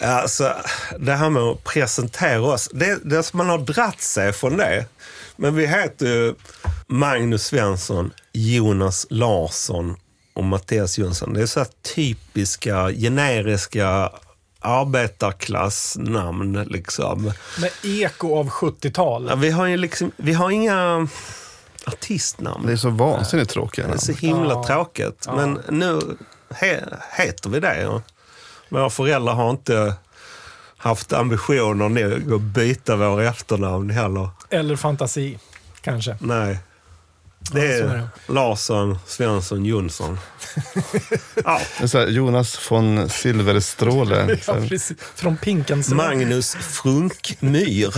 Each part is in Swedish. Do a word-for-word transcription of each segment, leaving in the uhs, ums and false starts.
Alltså, det här med att presentera oss, det, det som man har dratt sig från det. Men vi heter ju Magnus Svensson, Jonas Larsson och Mattias Jonsson. Det är så här typiska, generiska arbetarklassnamn liksom. Med eko av sjuttiotal. Ja, vi har ju liksom, vi har inga artistnamn. Det är så vansinnigt tråkigt. Det är så himla ja. tråkigt. Ja. Men nu he, heter vi det. Och våra föräldrar har inte haft ambitioner nu att byta våra efternamn heller. Eller fantasi, kanske. Nej. Det är, Ja, så är det. Larsson, Svensson, Jonsson. Ja. Det är så här, Jonas von Silverstråle. Ja, precis. Från Pinkens. Magnus Frunkmyr.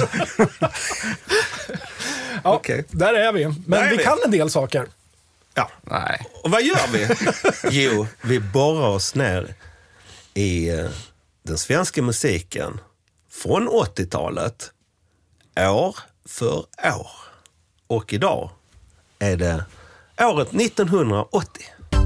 Ja, Okej. där är vi. Men Där är vi vi. kan en del saker. Ja. Nej. Och vad gör vi? Jo, vi borrar oss ner i eh, den svenska musiken från åttiotalet, år för år. Och idag är det året nittonhundraåttio.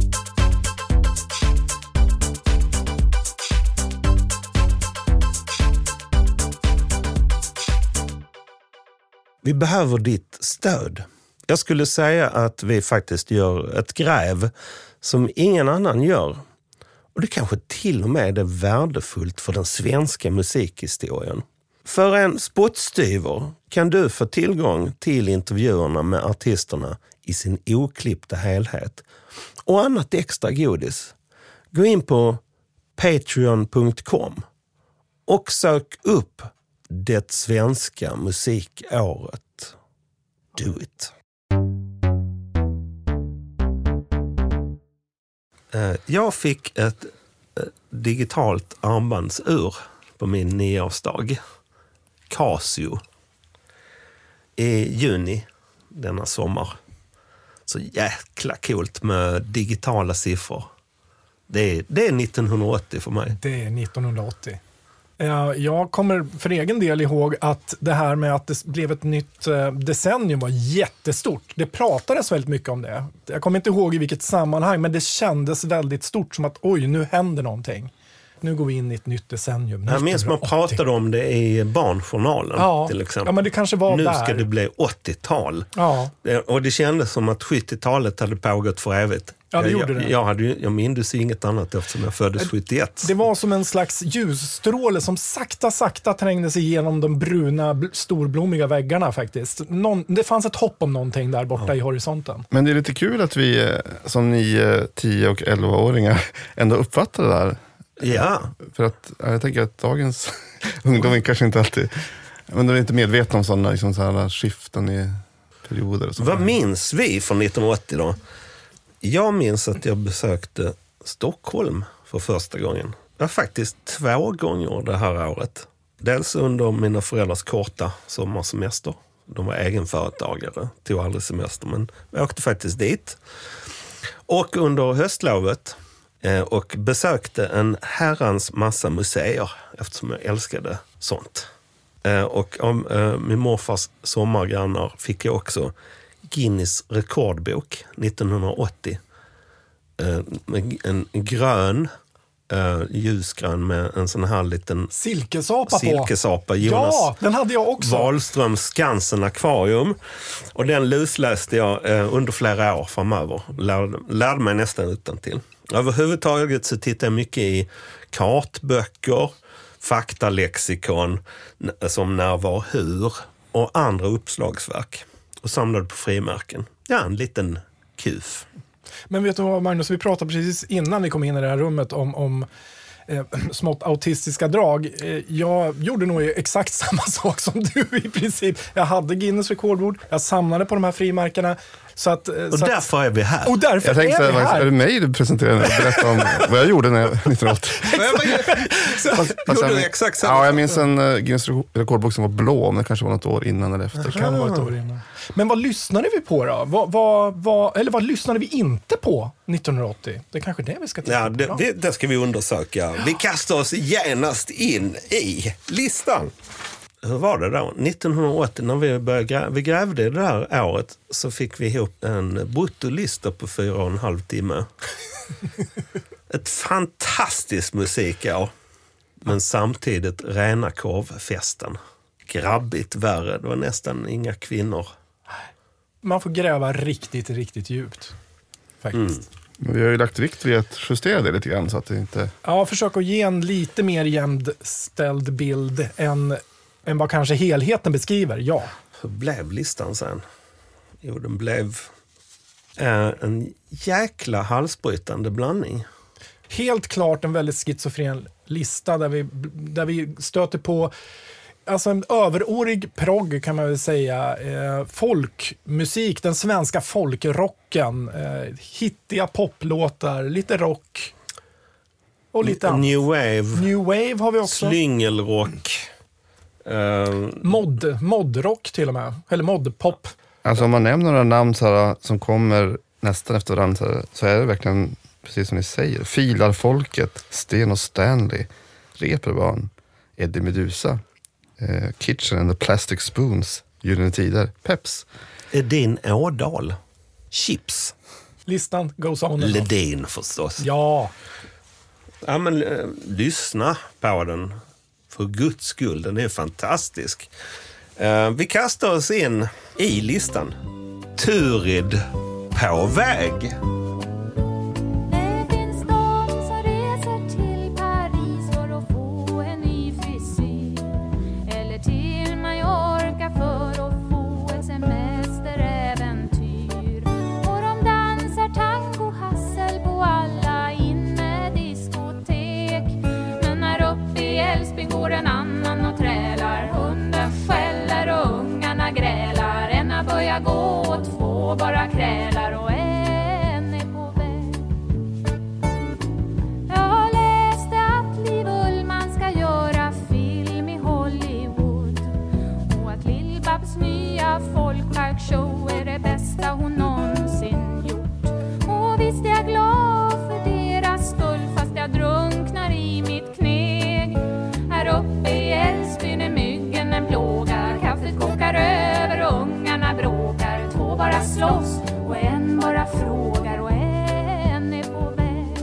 Vi behöver ditt stöd. Jag skulle säga att vi faktiskt gör ett gräv som ingen annan gör. Och det kanske till och med är värdefullt för den svenska musikhistorien. För en spottstyver kan du få tillgång till intervjuerna med artisterna i sin oklippta helhet. Och annat extra godis. Gå in på patreon punkt com och sök upp det svenska musikåret. Do it. Jag fick ett digitalt armbandsur på min nioårsdag. Casio. I juni denna sommar. Så jäkla coolt med digitala siffror. Det är, det är nittonhundraåttio för mig. Det är nittonhundraåttio. Jag kommer för egen del ihåg att det här med att det blev ett nytt decennium var jättestort. Det pratades väldigt mycket om det. Jag kommer inte ihåg i vilket sammanhang, men det kändes väldigt stort, som att oj, nu händer någonting. Nu går vi in i ett nytt decennium. Jag minns man pratade om det i Barnjournalen ja. till exempel. Ja, men det kanske var nu där. ska det bli åttiotal. Ja. Och det kändes som att sjuttiotalet hade pågått för evigt. Ja, det jag, gjorde det. Jag, jag, hade, jag minns ju inget annat eftersom jag föddes sjuttioett. Det var som en slags ljusstråle som sakta, sakta trängde sig igenom de bruna, bl- storblommiga väggarna faktiskt. Någon, det fanns ett hopp om någonting där borta ja. i horisonten. Men det är lite kul att vi som nio, tio och elva-åringar ändå uppfattar det där. Ja. För att jag tänker att dagens ungdom kanske inte alltid, men de är inte medvetna om sådana liksom, så här skiften i perioder. Och Vad minns vi från nittonhundraåttio då? Jag minns att jag besökte Stockholm för första gången. Det var faktiskt två gånger det här året. Dels under mina föräldrars korta sommarsemester. De var egenföretagare, tog aldrig semester, men jag åkte faktiskt dit. Och under höstlovet och besökte en herrans massa museer eftersom jag älskade sånt. Och av min morfars sommargrannar fick jag också Guinness rekordbok nittonhundraåttio. En grön, ljusgrön med en sån här liten silkesapa, silkesapa på. Jonas Ja, den hade jag också. Wahlströms Skansen akvarium. Och den lusläste jag under flera år framöver. Lärde, lärde mig nästan utantill. Överhuvudtaget så tittar jag mycket i kartböcker, faktalexikon som När, var, hur och andra uppslagsverk. Och samlade på frimärken. Ja, en liten kuf. Men vet du vad, Magnus, vi pratade precis innan vi kom in i det här rummet om, om eh, smått autistiska drag. Eh, jag gjorde nog exakt samma sak som du i princip. Jag hade Guinness rekordbord, jag samlade på de här frimärkena. Så att, och så därför att, är vi här. Och därför jag tänkte, är vi här. Är det mig du presenterade? Berätta om vad jag gjorde när jag nittonhundraåttio. så, gjorde du exakt samma. Ja, jag minns en uh, Guinness rekordbok som var blå, men det kanske var något år innan eller efter. Det kan vara ett år innan. Men vad lyssnade vi på då? Vad, vad, vad, eller vad lyssnade vi inte på nittonhundraåttio? Det är kanske det vi ska titta ja, på. Det, det, det ska vi undersöka. Vi kastar oss genast in i listan. Hur var det då? nittonhundraåttio när vi började vi grävde det här året så fick vi ihop en bruttolista på fyra och en halv timme. Ett fantastiskt musikår. Men samtidigt rena korvfesten. Grabbigt värre, det var nästan inga kvinnor. Man får gräva riktigt, riktigt djupt. Faktiskt. Mm. Men vi har ju lagt vikt vid att justera det lite grann så att det inte... Ja, försök att ge en lite mer jämställd bild än, än vad kanske helheten beskriver, ja. Hur blev listan sen? Jo, den blev eh, en jäkla halsbrytande blandning. Helt klart en väldigt schizofren lista där vi, där vi stöter på alltså en överårig progg kan man väl säga. Eh, folkmusik, den svenska folkrocken. Eh, hittiga poplåtar, lite rock och lite annat. New wave. New wave har vi också. Slyngelrock. Uh, Mod, modrock till och med. Eller modpop. Alltså om man nämner några namn så här, som kommer nästan efter varandra så, här, så är det verkligen precis som ni säger. Filarfolket, Sten och Stanley, Reeperbahn, Eddie Meduza, eh, Kitchen and the Plastic Spoons, Gyllene Tider, Peps. Edin Ådal. Chips. Listan goes on. Ledin förstås. Ja. Ja, men eh, lyssna på den. För guds skull, den är fantastisk. Eh, vi kastar oss in i listan. Turid på väg. Bara krälar och en är på väg. Jag läste att Liv Ullmann ska göra film i Hollywood och att Lill-Babs nya folkparkshow är det bästa hon någonsin gjort. Och visst är jag glad för deras skull fast jag drunknar i mitt kneg. Här uppe i Älvsbyn är myggen en plåga. Kaffet kokar över och ungarna bråkar. Två bara slåss och en bara frågar och en är på väg.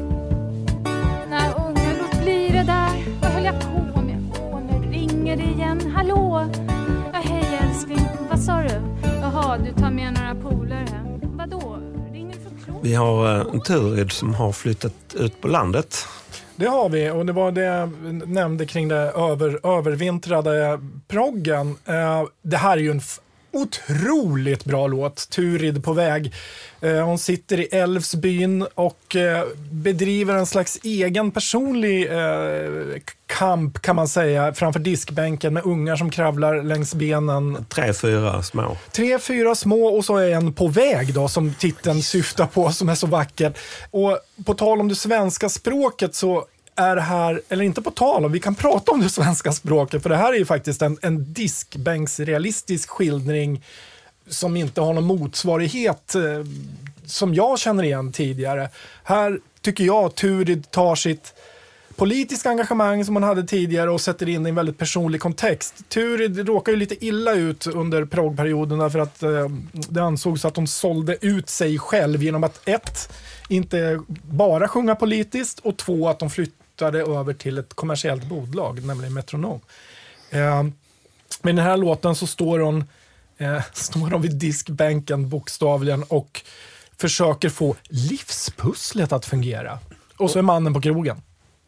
När unga låt blir det där, vad höll jag på med? Åh, nu ringer det igen, hallå? Ja, hej älskling, vad sa du? Jaha, du tar med några polare hem. Vadå? Ringer för klok? Vi har en Turid som har flyttat ut på landet. Det har vi och det var det jag nämnde kring det över, övervintrade proggen. Eh, det här är ju en f- otroligt bra låt, Turid på väg. Eh, hon sitter i Älvsbyn och eh, bedriver en slags egen personlig eh, kamp kan man säga framför diskbänken med ungar som kravlar längs benen. Tre, fyra små. Tre, fyra små och så är en på väg då som titeln syftar på som är så vacker. Och på tal om det svenska språket så är det här, eller inte på tal om, vi kan prata om det svenska språket för det här är ju faktiskt en, en diskbänksrealistisk skildring som inte har någon motsvarighet eh, som jag känner igen tidigare. Här tycker jag att Turid tar sitt politiska engagemang som man hade tidigare och sätter in i en väldigt personlig kontext. Turid råkar ju lite illa ut under progperioden därför att eh, det ansågs att hon sålde ut sig själv genom att ett, inte bara sjunga politiskt och två, att de flyttade över till ett kommersiellt bolag, nämligen Metronom. Eh, med den här låten så står hon, eh, står hon vid diskbänken bokstavligen och försöker få livspusslet att fungera. Och så är mannen på krogen.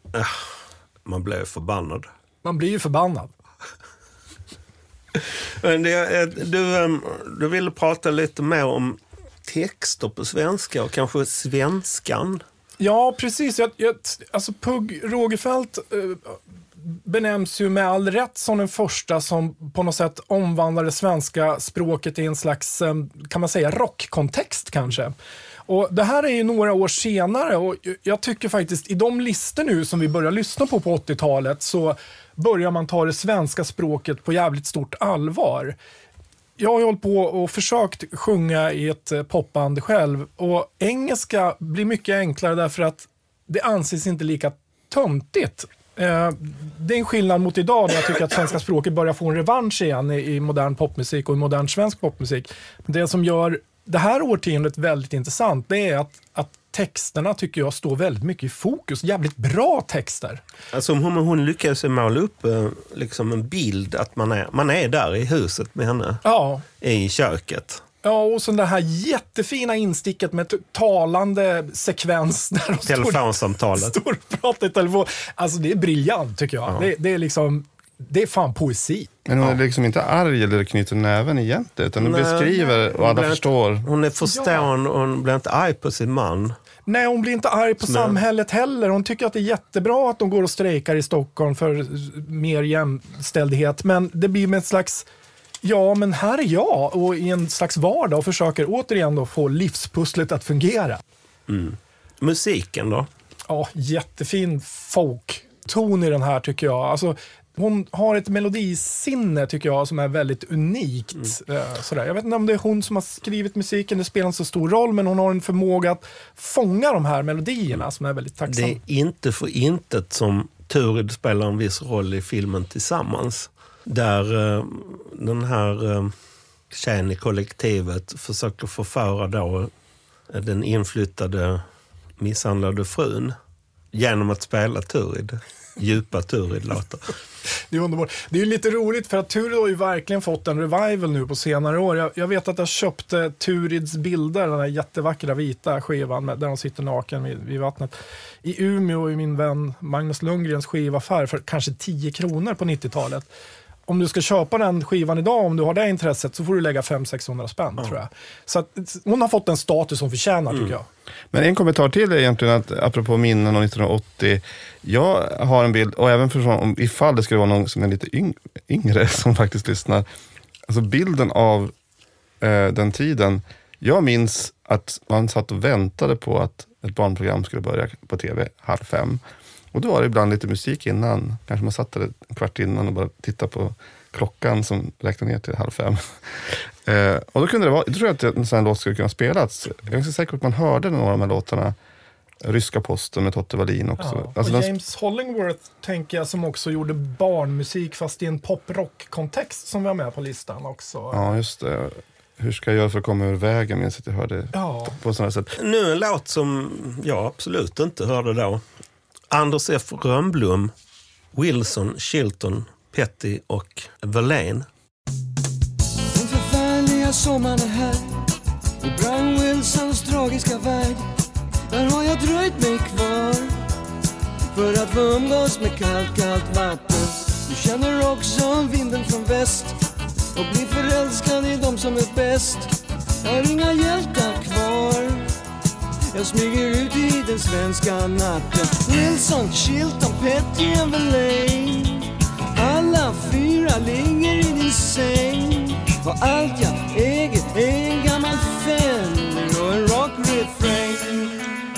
Man blev förbannad. Man blir ju förbannad. Men det, du, du ville prata lite mer om texter på svenska och kanske svenskan. Ja, precis. Jag, jag, alltså Pugh Rogefeldt eh, benämns ju med all rätt som den första som på något sätt omvandlade svenska språket i en slags, eh, kan man säga, rockkontext kanske. Och det här är ju några år senare och jag tycker faktiskt i de listor nu som vi börjar lyssna på på åttiotalet så börjar man ta det svenska språket på jävligt stort allvar. Jag har hållit på och försökt sjunga i ett popband själv och engelska blir mycket enklare därför att det anses inte lika töntigt. Eh, det är en skillnad mot idag där jag tycker att svenska språket börjar få en revansch igen i, i modern popmusik och i modern svensk popmusik. Det som gör det här årtiondet väldigt intressant det är att, att texterna tycker jag står väldigt mycket i fokus. Jävligt bra texter. Alltså hon, hon lyckas måla upp eh, liksom en bild att man är, man är där i huset med henne. Ja. I köket. Ja, och så det här jättefina insticket med ett talande sekvens där de telefonsamtalet. Står, står och pratar i telefon. Alltså det är briljant tycker jag. Ja. Det, det är liksom, det är fan poesi. Men hon är liksom inte arg eller knyter näven egentligen, utan hon Nej, beskriver och alla förstår. Inte, hon är förstående och hon blir inte arg på sin man. Nej, hon blir inte arg på Men. samhället heller. Hon tycker att det är jättebra att de går och strejkar i Stockholm för mer jämställdhet. Men det blir med ett slags... Ja, men här är jag och i en slags vardag och försöker återigen då få livspusslet att fungera. Mm. Musiken då? Ja, jättefin folk-ton i den här tycker jag. Alltså, hon har ett melodisinne tycker jag som är väldigt unikt. Mm. Sådär. Jag vet inte om det är hon som har skrivit musiken, det spelar inte så stor roll, men hon har en förmåga att fånga de här melodierna som är väldigt tacksam. Det är inte för intet som Turid spelar en viss roll i filmen Tillsammans. Där uh, den här uh, tjejen i kollektivet försöker förföra då den inflyttade misshandlade frun genom att spela Turid. Djupa Turid-låtar. Det är underbart. Det är ju lite roligt för att Turid har ju verkligen fått en revival nu på senare år. Jag, jag vet att jag köpte Turids bilder, den här jättevackra vita skivan med, där de sitter naken vid, vid vattnet. I Umeå i min vän Magnus Lundgrens skivaffär för kanske tio kronor på nittiotalet. Om du ska köpa den skivan idag, om du har det intresset, så får du lägga fem till sexhundra spänn ja. tror jag. Så att hon har fått en status som förtjänar mm. tycker jag. Men en kommentar till är egentligen att, apropå minnen av nittonhundraåttio, jag har en bild, och även för om ifall det skulle vara någon som är lite yng, yngre som faktiskt lyssnar, alltså bilden av eh, den tiden, jag minns att man satt och väntade på att ett barnprogram skulle börja på tv halv fem. Och då var det ibland lite musik innan. Kanske man satt där en kvart innan och bara tittade på klockan som räknade ner till halv fem. eh, och då kunde det vara, jag tror att en sån här låt skulle kunna spelas. Jag är inte säker på att man hörde några av de här låtarna. Ryska posten med Totte Wallin också. Ja, alltså och den... James Hollingworth tänker jag som också gjorde barnmusik fast i en pop-rock-kontext som vi har med på listan också. Ja, just det. Hur ska jag göra för att komma ur vägen? Jag sitter och hörde ja. på, på sådana sätt. Nu en låt som jag absolut inte hörde då. Anders F. Rönnblom, Wilson, Chilton, Petty och Verlaine. Den förfärliga sommaren är här i Brian Wilsons tragiska värld. Där har jag dröjt mig kvar för att få umgås med kallt, kallt vatten. Du känner också vinden från väst och blir förälskad i dem som är bäst. Jag har inga hjältar kvar. Jag smyger ut i den svenska natten. Wilson, Chilton, Petty och Verlaine. Alla fyra ligger i din säng. Och allt jag äger är en gammal Fender och en rock-refrain.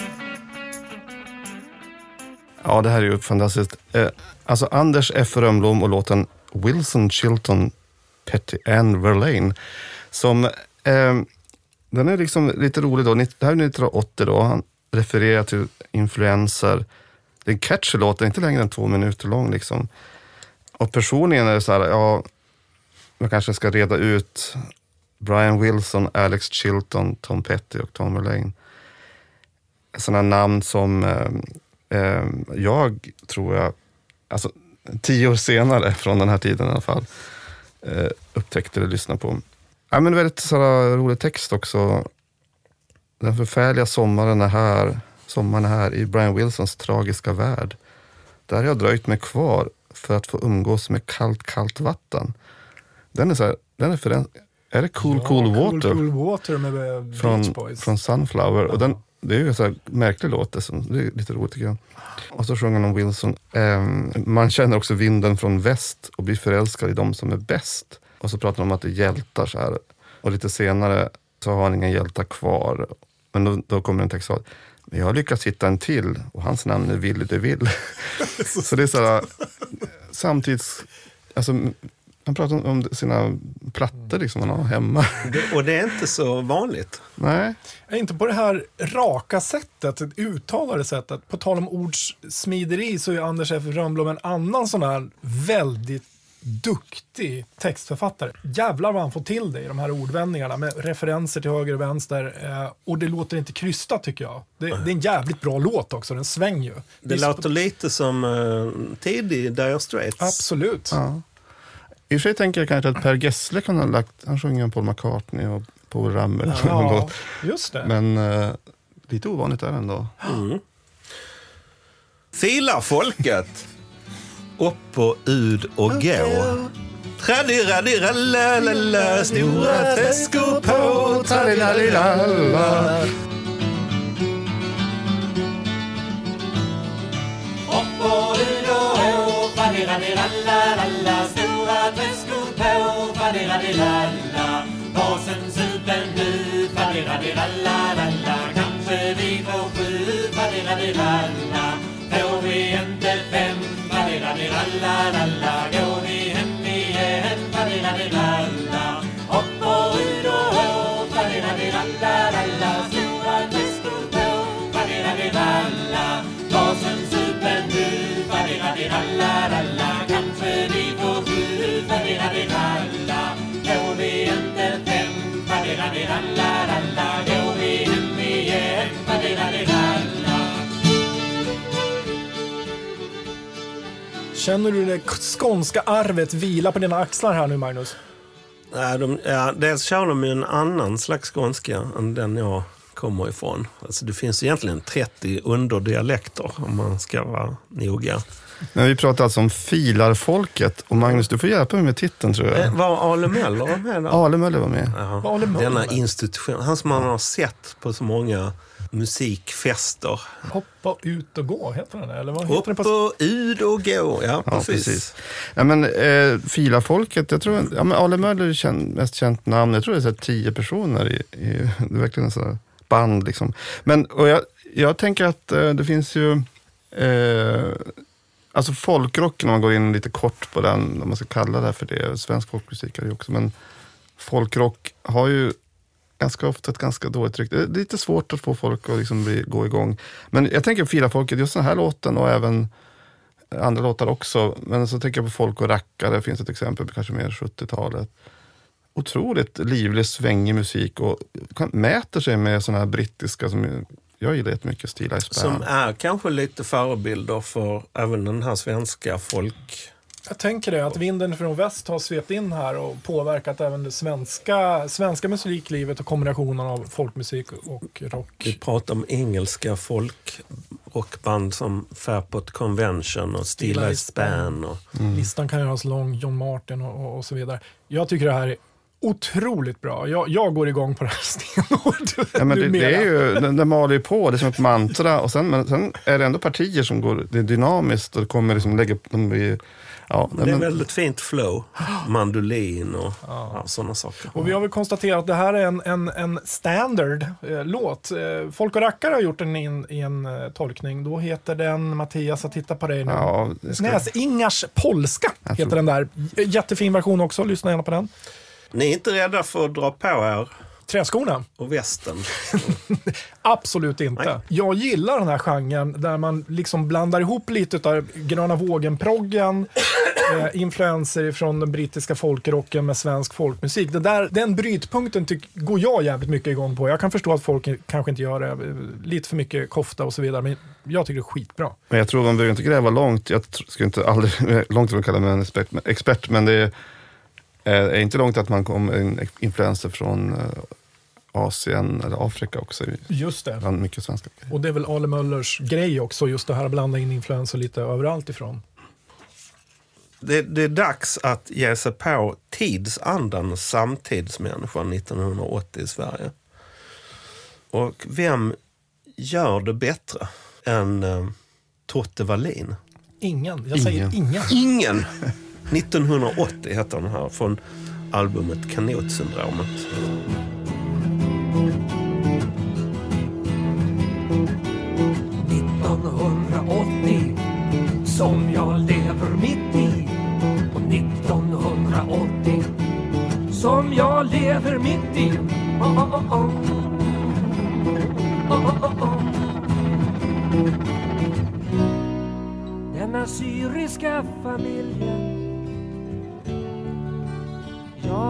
Ja, det här är ju fantastiskt. Eh, alltså Anders F. Rönnblom och låten Wilson, Chilton, Petty and Verlaine. Som... Eh, Den är liksom lite rolig då. Det här är nittonhundraåttio då. Han refererar till influenser. Det är en catchy låt. Det är inte längre än två minuter lång liksom. Och personligen är det så här, ja, man kanske ska reda ut Brian Wilson, Alex Chilton, Tom Petty och Tom Verlaine. Sådana namn som eh, eh, jag tror jag, alltså tio år senare från den här tiden i alla fall, eh, upptäckte eller lyssnade på. Ja, men väldigt sådär rolig text också. Den förfärliga sommaren är här, sommaren är här i Brian Wilsons tragiska värld. Där har jag dröjt mig kvar för att få umgås med kallt, kallt vatten. Den är så här, den är för den, är det Cool, ja, Cool Water? Cool, Cool Water med Beach från, Boys. Från Sunflower. Ja. Och den, det är ju en så här märklig låt, det är lite roligt tycker jag. Och så sjunger han om Wilson. Um, man känner också vinden från väst och blir förälskad i dem som är bäst. Och så pratar de om att det är hjältar så här. Och lite senare så har han ingen hjältar kvar. Men då, då kommer en text att men jag har lyckats hitta en till och hans namn är Willy de Vill. Så det är så här samtids... Alltså, han pratar om sina plattor liksom han har hemma. Det, och det är inte så vanligt. Nej. Inte på det här raka sättet, ett uttalade sättet. På tal om ords smideri så är Anders F. Rönnblom en annan sån här väldigt duktig textförfattare. Jävlar vad han får till det i de här ordvändningarna med referenser till höger och vänster. Eh, och det låter inte krystat tycker jag. Det, det är en jävligt bra låt också, den svänger ju. Det Visst, låter lite som uh, tidig Dire Straits. absolut. Ja. I och för sig tänker jag kanske att Per Gessle kan ha lagt, han sjunger om Paul McCartney och Paul Rammer. Ja, just det. Men uh, lite ovanligt är det ändå. Mm. Filar folket upp på ud och gå. Tradiradiralalala, stora träskor på. Tradiradiralalala. Upp på ud och hå, tradiradiralalala, stora träskor på, tradiradiralalala. Basen supen nu, tradiradiralalala, kanske vi får sju, tradiradiralalala. Får vi inte fem, tradiradiralalala, går vi hem igen, tradiradiralalala. Upp och ut och hå, tradiradiralalala, stora träskor på, tradiradiralalala. Basen supen nu, tradiradiralalala, kanske vi får sju, tradiradiralalala. Får vi inte fem, tradiradiralalala, går vi hem igen, tradiradiralalala. Känner du det skånska arvet vila på dina axlar här nu, Magnus? Nej, de, ja, dels kör de ju en annan slags skånska än den jag kommer ifrån. Alltså det finns egentligen trettio underdialekter om man ska vara noga. Men vi pratar alltså om filarfolket. Och Magnus, du får hjälpa mig med titeln tror jag. Eh, var Ale Möller med då? Ale Möller var med. Ja, Var Ale Möller denna med? institution. Han som man har sett på så många musikfester. Hoppa ut och gå, heter den? Eller vad heter den Upp på? och ut och gå. Ja, Ja, precis. precis. Ja, men eh, filarfolket, jag tror, ja, men Ale Möller är känd, mest känt namn. Jag tror det är så här tio personer i, i det är verkligen en sån här band liksom. Men, och jag, jag tänker att eh, det finns ju eh, alltså folkrocken, om man går in lite kort på den, om man ska kalla det för det, svensk folkmusik är det också, men folkrock har ju ganska ofta ett ganska dåligt rykte. Det är lite svårt att få folk att liksom bli, gå igång. Men jag tänker på filarfolket, just den här låten och även andra låtar också. Men så tänker jag på Folk och rackare, det finns ett exempel kanske mer sjuttiotalet. Otroligt livlig, svängig musik och mäter sig med såna här brittiska som jag gillar jättemycket, Steel Ice Band. Som är kanske lite förebilder för även den här svenska folk. Jag tänker det, att vinden från väst har svept in här och påverkat även det svenska, svenska musiklivet och kombinationen av folkmusik och rock. Vi pratar om engelska folkrockband som Fairport Convention och Steel Ice Band. Och Mm. Listan kan göras lång, John Martin och, och, och så vidare. Jag tycker det här är otroligt bra. Jag, jag går igång på det här stenhårt. Ja, men det, det är ju, den, den maler ju på, det är som ett mantra och sen, men sen är det ändå partier som går, det är dynamiskt och det kommer liksom lägga, de blir, ja. det är Men, väldigt fint flow, mandolin och ja, sådana saker. Och vi har väl konstaterat att det här är en, en, en standard eh, låt. Eh, Folk och rackare har gjort den i en, i en eh, tolkning. Då heter den, Mattias, att titta på dig nu. ja, det ska, Näs-Ingars polska Jag heter tror- den där. Jättefin version också, lyssna gärna på den. Ni är inte rädda för att dra på er Träskorna? och västen? Absolut inte. Nej. Jag gillar den här genren där man liksom blandar ihop lite av gröna vågen-proggen, eh, influenser från den brittiska folkrocken med svensk folkmusik. Det där, den brytpunkten tyck, går jag jävligt mycket igång på. Jag kan förstå att folk kanske inte gör det, eh, lite för mycket kofta och så vidare, men jag tycker det är skitbra. men jag tror man behöver inte gräva långt, jag tr- ska inte aldrig, långt ifrån kalla mig en expert, men, expert, men det är, är inte långt att man kommer en influenser från eh, Asien eller Afrika också, Just det. bland mycket svenska. Och det är väl Ale Möllers grej också, just det här att blanda in influenser lite överallt ifrån. Det, det är dags att ge sig på tidsandan och samtidsmänniskan nittonhundraåttio i Sverige. Och vem gör det bättre än uh, Totte Wallin? Ingen, jag säger Ingen. ingen. Ingen! nittonhundraåttio heter den här, från albumet Kanotsyndromet. nittonhundraåttio som jag lever mitt i. Och nittonhundraåttio som jag lever mitt i. Oh, oh, oh, oh. Oh, oh, oh. Denna syriska familjen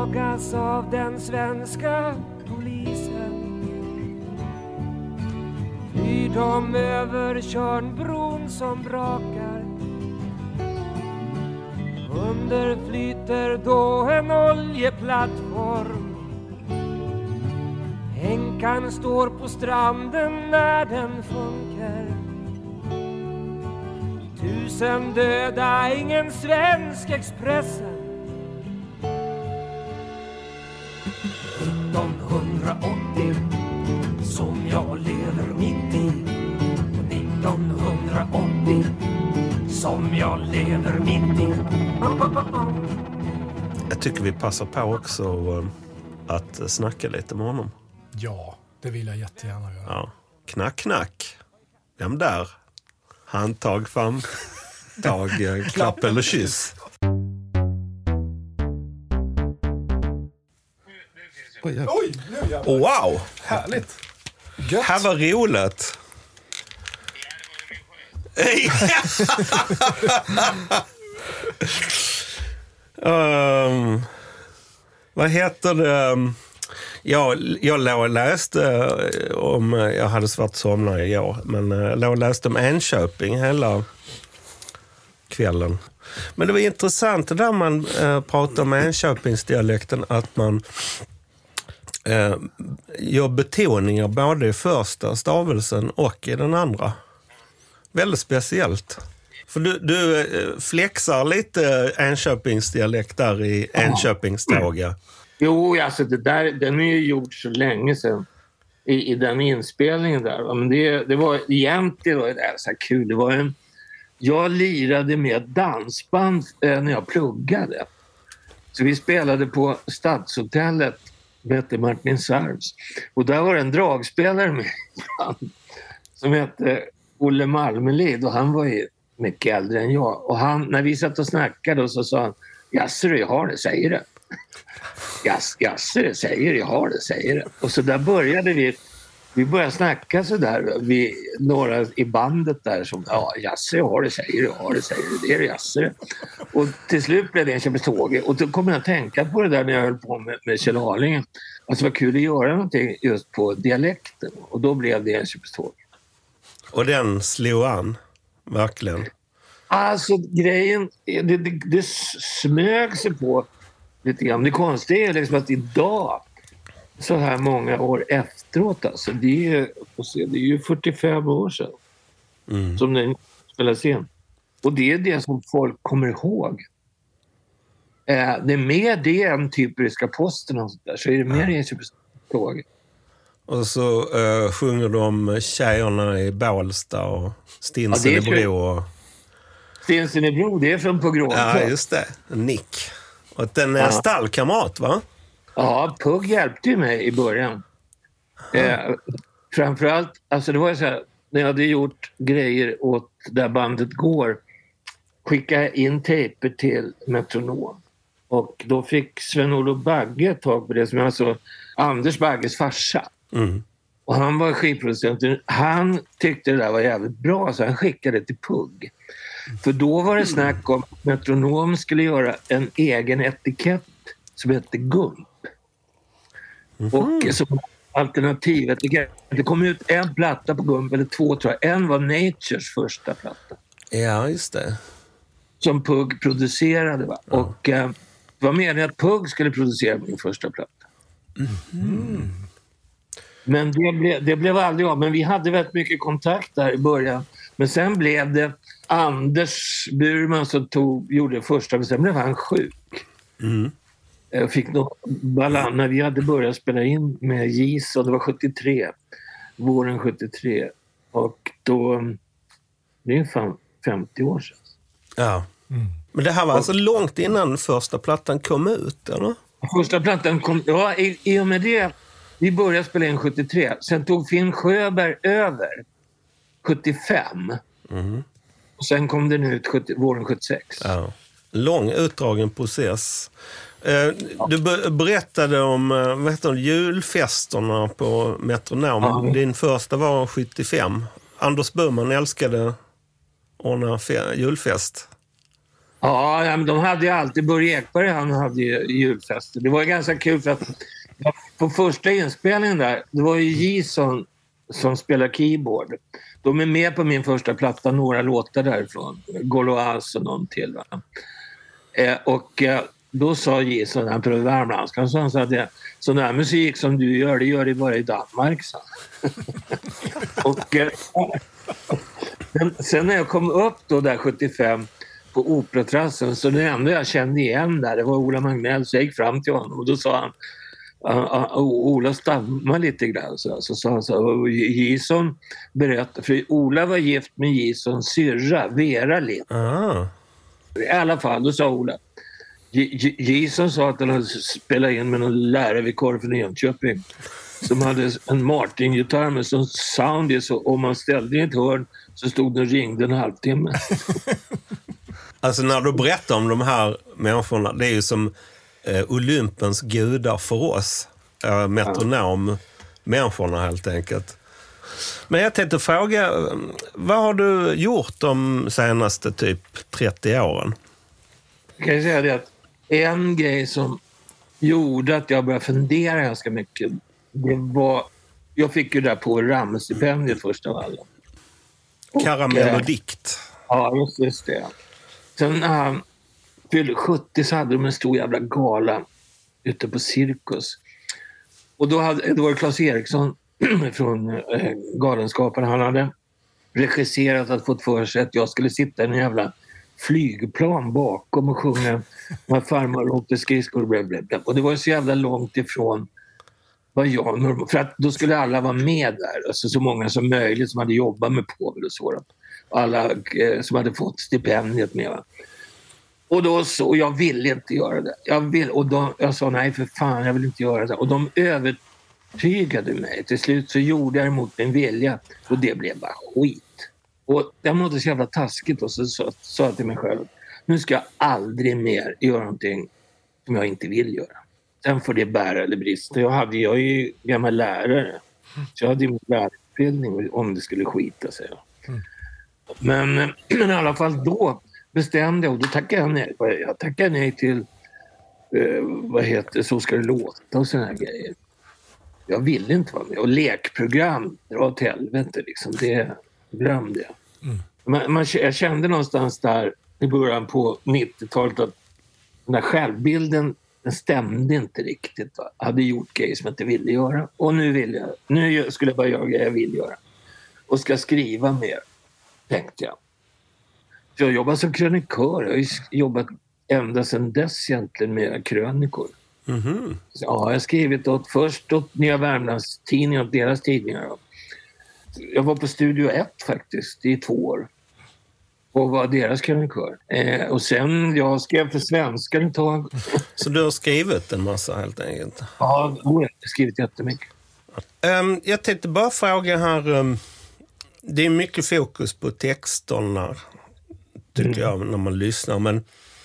jagas av den svenska polisen. Flyr de över Tjörnbron som brakar. Under flyter då en oljeplattform. Henkan står på stranden när den funkar. Tusen döda, ingen svensk Expressen. nittonhundraåttio som jag lever mitt i. nittonhundraåttio som jag lever mitt i. Jag tycker vi passar på också att snacka lite med honom. Ja, det vill jag jättegärna göra. Ja. Knack, knack. Vem där? Handtag fram. Tag, klapp eller kyss. Oj, Oj nu jävlar. Wow! Härligt. Gött. Här var roligt. um, vad heter det? Jag, jag låg och läste om, jag hade svårt att somna igår, men jag låg och läste om Enköping hela kvällen. Men det var intressant det där man eh, pratar om Enköpingsdialekten, att man eh, gör betoningar både i första stavelsen och i den andra. Väldigt speciellt. För du, du eh, flexar lite Enköpingsdialekt där i Enköpingståga. Jo, alltså det där, den är ju gjord så länge sedan i, i den inspelningen där. Men det, det var egentligen var det så här kul. Det var en, jag lirade med dansband eh, när jag pluggade. Så vi spelade på Stadshotellet med hette Martin Sarvs. Och där var det en dragspelare med som hette Olle Malmelid, och han var ju mycket äldre än jag. Och han, när vi satt och snackade så sa han, jaså jag har det, säger det. Jas, jaså det, säger det, jag har det, säger det. Och så där började vi, vi började snacka så där, vi, några i bandet där som, ja jaså jag har det, säger det, jag har det, säger det, det är det, jaså det. Och till slut blev det en Enköpingståge. Och då kom jag att tänka på det där när jag höll på med, med Kjell Arling. Alltså det var kul att göra någonting just på dialekten. Och då blev det Enköpingståge. Och den slog an, verkligen. Alltså grejen, det, det, det smög sig på lite grann. Det konstiga är liksom att idag, så här många år efteråt, alltså, det, är, det är ju fyrtiofem år sedan mm. som den spelas in. Och det är det som folk kommer ihåg. Eh, det är mer det än typ Ryska posten och sånt där, så är det mer det som ihåg. Och så uh, sjunger de tjejerna i Bålsta och Stinsen ja, i Bro. Och... Stinsen i Bro, det är från Pogrom. Ja, just det. Nick. Och den är ja. stallkamrat, va? Ja, Pugg hjälpte ju mig i början. Eh, framförallt, alltså det var ju så här, när jag hade gjort grejer åt där bandet går, skickade jag in tejper till Metronom. Och då fick Sven-Olof Bagge tag på det, som är alltså Anders Bagges farsa. Mm. Och han var skivproducenten. Han tyckte det där var jävligt bra, så han skickade det till Pugg. För då var det snack om att Metronom skulle göra en egen etikett som hette Gump. Mm. Och som alternativ etikett. Det kom ut en platta på Gump, eller två tror jag. En var Natures första platta. Ja, just det. Som Pugg producerade, va? Ja. Och eh, det var meningen att Pugg skulle producera min första platta. Mm. Men det blev, det blev aldrig av. Men vi hade väldigt mycket kontakt där i början. Men sen blev det Anders Burman som tog, gjorde första, men sen blev han sjuk. Mm. Jag fick något balans när vi hade börjat spela in med Gis, och det var sjuttiotre, våren sjuttiotre. Och då, det är fan femtio år sedan. Ja, mm. Men det här var och, alltså långt innan första plattan kom ut, eller? Första plattan kom, ja, i, i och med det, vi började spela in sjuttiotre. Sen tog Finn Sjöberg över sjuttiofem. Mm. Och sen kom den ut sjuttio, våren sjuttiosex. Ja. Lång utdragen process. Eh, ja. Du be- berättade om vad heter det, julfesterna på Metronom. Ja. Din första var sjuttiofem. Anders Burman älskade ordna fe- julfest. Ja, men de hade ju alltid, Börje Ekberg, han hade ju julfester. Det var ju ganska kul för att på första inspelningen där, det var ju Jason som spelar keyboard. De är med på min första platta, några låtar därifrån. Goloas och någon till. Va? Eh, och eh, då sa Jason, han pratade värmländska, så han sa att sån här musik som du gör, det gör det bara i Danmark. Så. och eh, sen, sen när jag kom upp då där sjuttiofem på Operatrassen, så det enda jag kände igen där, det var Ola Magnell, så jag gick fram till honom och då sa han, uh, uh, Ola stammade lite grann, så, så sa han så, Jason berättade, för Ola var gift med Jasons syrra, Vera Lind. Ah. I alla fall, då sa Ola, Jason sa att han hade spelat in med någon lärare vid Korv från Enköping som hade en Martin-gitarr med sån sound, så om man ställde i ett hörn så stod den och ringde en halvtimme. Alltså när du berättar om de här människorna, det är ju som eh, Olympens gudar för oss. Eh, metronom-människorna helt enkelt. Men jag tänkte fråga, vad har du gjort de senaste typ trettio åren? Jag kan säga det att en grej som gjorde att jag började fundera ganska mycket, det var, jag fick ju där på Ramstipendiet först av alla. Karamell och dikt. Ja, just, just det. Sen när han fyllde sjuttio så hade de en stor jävla gala ute på Cirkus. Och då hade, det var Claes Eriksson från eh, Galenskaparna. Han hade regisserat att fått för sig att jag skulle sitta i en jävla flygplan bakom och sjunga när farmor åkte skridskor och blablabla. Och det var så jävla långt ifrån vad jag... För att då skulle alla vara med där. Alltså så många som möjligt som hade jobbat med Povel och så. Och alla eh, som hade fått stipendiet med. Va? Och då så, och jag ville inte göra det. Jag, vill, och då, jag sa nej för fan, jag vill inte göra det. Och de övertygade mig. Till slut så gjorde jag emot min vilja. Och det blev bara skit. Och jag mådde så jävla taskigt och så sa så, jag till mig själv, nu ska jag aldrig mer göra någonting som jag inte vill göra. Sen får det bära eller brista. Jag, hade, jag är ju gammal lärare. Så jag hade ju min lärarutbildning om det skulle skita sig. Mm. Men, men i alla fall då bestämde jag, och då tackade jag nej. Jag tackade nej till eh, vad heter Så ska det låta och såna här grejer. Jag ville inte vara med. Och lekprogram, dra till helvete liksom. Det glömde jag. Mm. Man, man, jag kände någonstans där i början på nittiotalet att den där självbilden, den stämde inte riktigt. Va? Jag hade gjort grejer som jag inte ville göra. Och nu vill jag. Nu skulle jag bara göra grejer jag vill göra. Och ska skriva mer, tänkte jag. Så jag jobbar som krönikör. Jag har jobbat ända sedan dess egentligen med krönikor. Mm-hmm. Så, ja, jag har skrivit åt, först åt Nya Värmlands tidningar och deras tidningar. Jag var på Studio ett faktiskt i två år. Och var deras krönikör. Eh, och sen jag skrev för svenskar ett tag. Så du har skrivit en massa helt enkelt? Ja, jag har skrivit jättemycket. Um, jag tänkte bara fråga här. Um, det är mycket fokus på texterna, tycker mm. jag, när man lyssnar. Men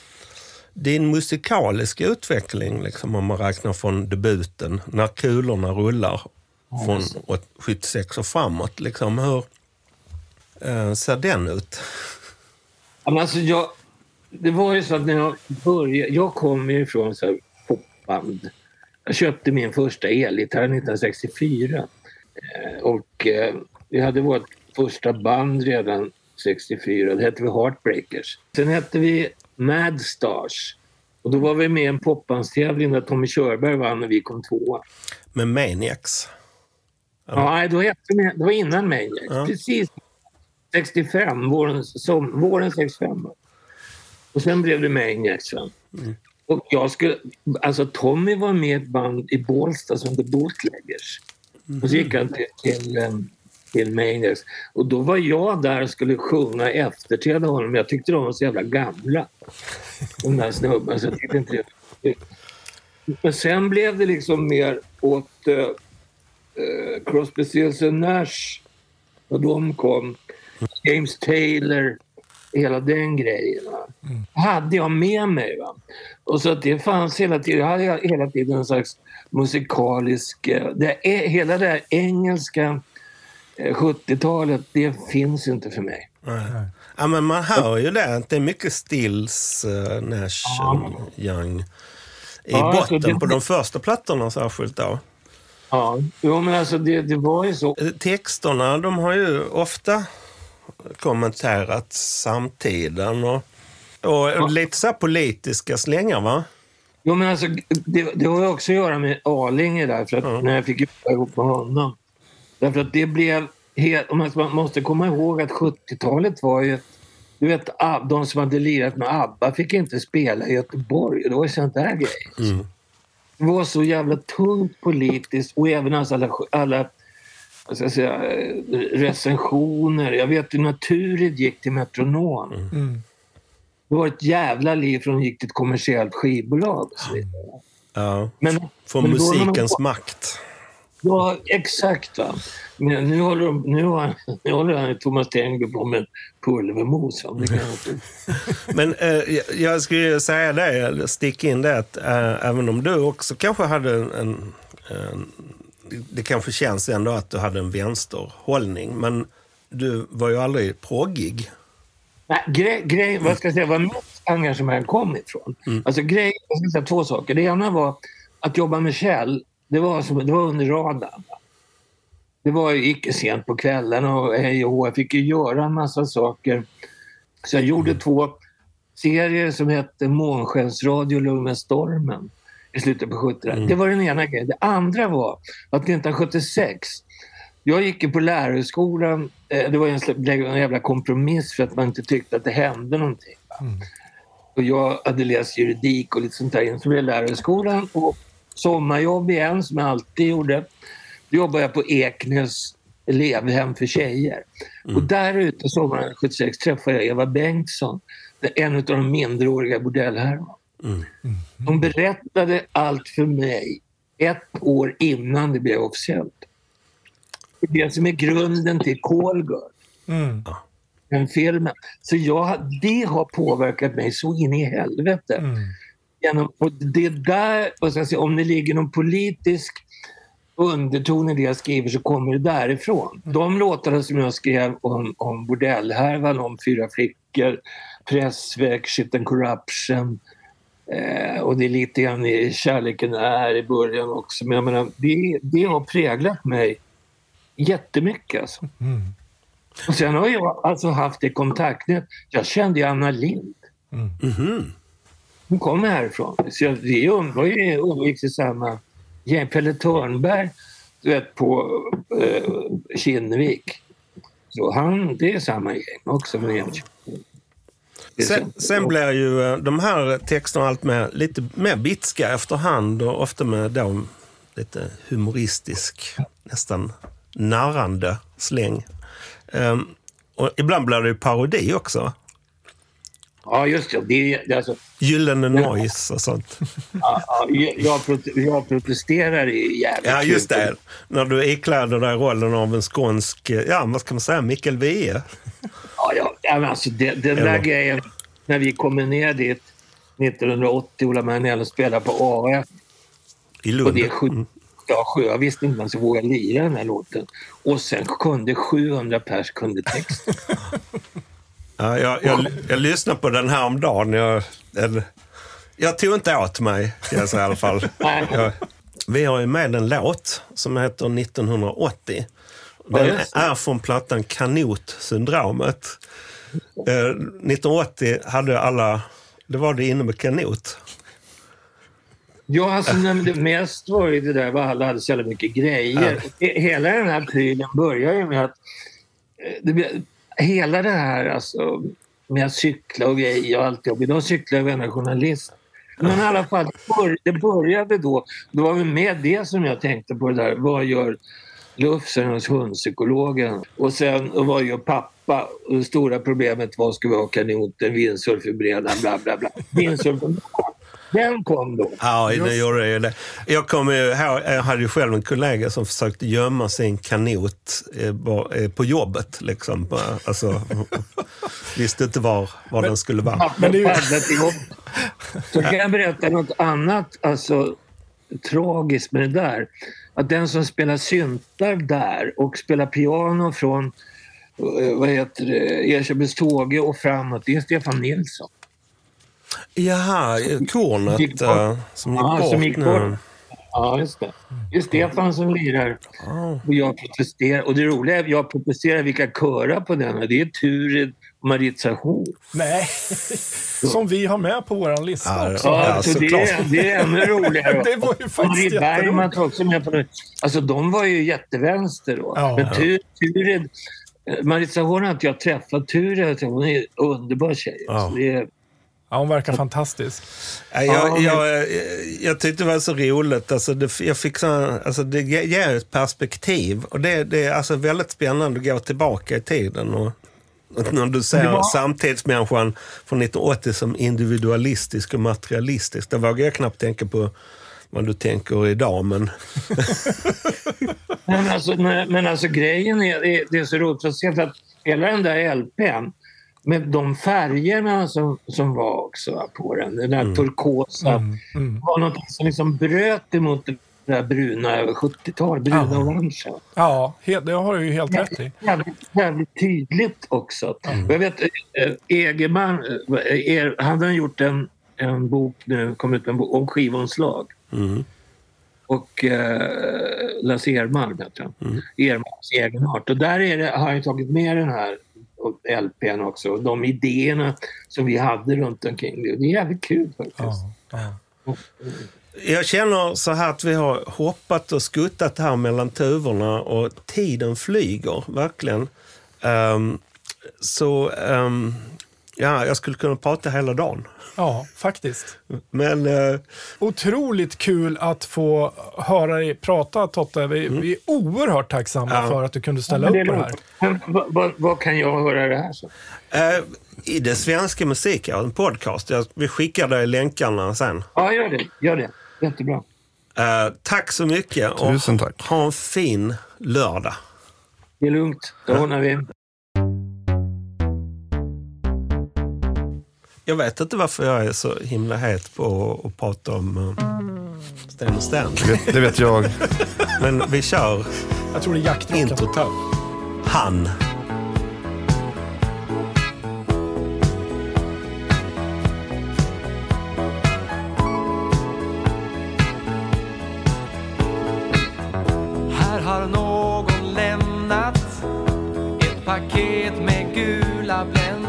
din musikaliska utveckling, liksom, om man räknar från debuten, när kulorna rullar från sjuttiosex och framåt, liksom, hur uh, ser den ut? Ja, men alltså jag, det var ju så att när jag började, jag kom ju ifrån så här popband. Jag köpte min första elgitarr nittonhundrasextiofyra eh, och eh, vi hade vårt första band redan sextiofyra, det hette vi Heartbreakers. Sen hette vi Mad Stars och då var vi med i en popbandstävling där Tommy Körberg vann och vi kom tvåa. Med Maniacs? Ja, då hette vi, det var innan Maniacs, ja. Precis. sextiofem, våren, som, våren sextiofem. Och sen blev det Maniacs. Mm. Och jag skulle, alltså Tommy var med i ett band i Bålsta som The Bootleggers. Mm. Och så gick han till, till, till Maniacs. Och då var jag där och skulle sjunga efterträda honom. Jag tyckte de var så jävla gamla. De där snubbarna. Så jag tyckte inte det. Men sen blev det liksom mer åt uh, uh, Crosby, Stills and Nash. Och de kom. James Taylor, hela den grejen. Mm. Hade jag med mig. Va? Och så att det fanns hela tiden, jag hade hela tiden en slags musikalisk, det är, hela det här engelska sjuttiotalet, det finns inte för mig. Nej. Ja, men man hör ju det. Det är mycket Stills, uh, Nash, ja. Young. I ja, botten alltså det... på de första plattorna särskilt då. Ja, jo, men alltså det, det var ju så. Texterna, de har ju ofta kommenterat samtiden och, och ja. lite så här politiska slängar, va? Jo, men alltså det, det har ju också att göra med Arlinge där, för att ja. när jag fick ihop med honom. Därför att det blev helt, man måste komma ihåg att sjuttiotalet var ju, du vet, de som hade lirat med ABBA fick inte spela i Göteborg. Det var ju sånt där grejer. Mm. Det var så jävla tungt politiskt, och även alltså alla, alla ska jag säga, recensioner. Jag vet ju, Naturid gick till Metronom. Mm. Det var ett jävla liv från de gick till ett kommersiellt skivbolag och så vidare. Ja, men, från men musikens man... makt. Ja, exakt, va. Men nu håller, de, nu har, nu håller han Thomas Tengler på med pulvermos. Men eh, jag skulle säga det, stick in det, att eh, även om du också kanske hade en, en... Det kanske känns ändå att du hade en vänsterhållning, men du var ju aldrig proggig. Nej, grej, grej, vad ska jag säga, var mitt engagemang kom ifrån. Mm. Alltså grej, jag ska säga två saker. Det ena var att jobba med Kjell. Det var, som, det var under radarn. Det var ju icke sent på kvällen och hej och jag fick ju göra en massa saker. Så jag gjorde mm. två serier som hette Månskensradio och Lugn med stormen i slutet på sjuttiotalet. Mm. Det var den ena grejen. Det andra var att nittonhundrasjuttiosex, jag gick ju på lärarhögskolan. Det var en, en jävla kompromiss för att man inte tyckte att det hände någonting. Mm. Och jag hade läst juridik och lite sånt där så blev lärarhögskolan och sommarjobb igen som jag alltid gjorde. Då jobbade jag på Eknäs elevhem för tjejer. Mm. Och där ute sommaren sjuttiosex träffade jag Eva Bengtsson, en av de mindreåriga bordellherrarna. Mm. Mm. De berättade allt för mig ett år innan det blev officiellt. Det är det som är grunden till Call Girl. Mm. Den filmen. Så jag, det har påverkat mig så in i helvete. Mm. Genom, och det där, vad ska jag säga, om det ligger någon politisk underton i det jag skriver så kommer det därifrån. De låtarna som jag skrev om, om bordellhärvan, om fyra flickor, pressväck, shit and corruption, eh, och det är lite grann i Kärleken är i början också. Men jag menar, det, det har präglat mig jättemycket alltså. Mm. Och sen har jag alltså haft det kontaktnät. Jag kände ju Anna Lind. Mm. Mm-hmm. Hon kommer härifrån. Så jag, vi var ju umgicks i samma gäng. Pelle Törnberg, du vet, på eh, Kinnevik. Så han, det är samma gäng också. Med sen, sen blir ju de här texterna allt med, lite mer bitska efterhand och ofta med då, lite humoristisk, nästan narrande släng. Um, och ibland blir det ju parodi också. Ja, just det. det, är, det är alltså, Gyllene noise och sånt. Ja, ja, jag, jag protesterar i jävligt. Ja, just det. När du ikläder dig rollen av en skånsk, ja, vad ska man säga, Mikkel Wiehe. Ja, ja, men alltså det, den Eller... där grejen, när vi kommer ner dit nittonhundraåttio, Ola Magnell spelar på A F. I Lund. Och det är sju, mm. ja, sju, jag visste inte man så våga lira den här låten. Och sen kunde sjuhundra pers kunde texten. Ja, jag, jag, jag lyssnade på den här om dagen. Jag, jag, jag tog inte åt mig, jag säga, i alla fall. Jag, vi har ju med en låt som heter nittonhundraåttio. Den är från plattan Kanotsyndromet. Eh, nittonhundraåttio hade alla, det var det inne med kanot. Ja, alltså det mest var ju det där var alla hade så mycket grejer. Ja. Hela den här prylen börjar ju med att det, hela det här alltså, med att cykla och grejer och allt jobb. Idag cyklar jag med en journalist. Men i alla fall, det började då. Då var vi med det som jag tänkte på det där. Vad gör Lufsen hos hundpsykologen? Och sen och vad gör pappa? Och det stora problemet var, ska vi ha kanoten, vindsurfbreda, bla bla bla. Vindsurfbreda. Den kom då. Ja, det gjorde det, det. Jag, kom ju här, jag hade ju själv en kollega som försökte gömma sin kanot på jobbet. Liksom. Alltså, visste inte var, var men, den skulle vara. Ja, men det är ju... Så kan jag berätta något annat alltså, tragiskt med det där. Att den som spelar syntar där och spelar piano från vad heter det, Erköpings Tåge och framåt, det är Stefan Nilsson. Jaha, kornet Gick uh, som gick ja, bort som gick nu. bort. Ja, just det. Det är Stefan som lirar. Oh. Och jag protesterar. Och det roliga är att jag protesterar vilka körar på den. Det är Turid och Maritza Hof. Nej, som vi har med på våran lista Ja, också. Ja, Ja, så det såklart. är, det är ännu roligare. Det var ju faktiskt Marie Bergman jätteroligt. var också med på det. Alltså de var ju jättevänster då. Ja. Men Tur, Turid, Maritza Hof har inte jag träffat. Turid, hon är en underbar tjej. Ja. Så det är, Ja, hon verkar fantastisk. Ja, jag, jag, jag tyckte det var så roligt. Alltså det, jag fick så, alltså det ger ett perspektiv. Och det, det är alltså väldigt spännande att gå tillbaka i tiden. Och, och när du ser var... samtidsmänniskan från nittonhundraåttio som individualistisk och materialistisk. Då vågar jag knappt tänka på vad du tänker idag. Men, men, alltså, men, men alltså grejen är, det, det är så roligt att se för att hela den där L P:n med de färgerna som, som var också på den, den där mm. turkosa, Mm. Mm. var något som liksom bröt emot det där bruna sjuttiotal, bruna Ja. orangea. Ja, he- det har du ju helt rätt i. Jävligt, jävligt tydligt också. Mm. Jag vet, äh, Egerman, äh, er, han har gjort en, en bok nu, kom ut med en bok om skivomslag. mm. Och äh, Lasse Ermarm heter han. Mm. Ermarms egenart. Och där är det, har jag tagit med den här och L P:n också. Och de idéerna som vi hade runt omkring det. Det är jävligt kul faktiskt. Ja, ja. Jag känner så här att vi har hoppat och skuttat här mellan tuvorna och tiden flyger, verkligen. Um, så um, ja, jag skulle kunna prata hela dagen. Ja, faktiskt. Men uh, Otroligt kul att få höra dig prata, Totte. Vi, Mm. vi är oerhört tacksamma Ja. för att du kunde ställa Ja, men upp det på är det här. lugnt. Men vad, vad, vad kan jag höra det här så? uh, i det svenska musik, ja, en podcast. Jag, vi skickar dig länkarna sen. Ja, gör det. Gör det. Jättebra. Uh, tack så mycket. Tusen och tack. Ha en fin lördag. Det är lugnt. Det ordnar vi. Jag vet inte varför jag är så himla het på att prata om uh, Sten och Sten. Det, det vet jag. Men vi kör Jag tror det är jaktrocken. introt här. Han. Här har någon lämnat ett paket med gula Blend.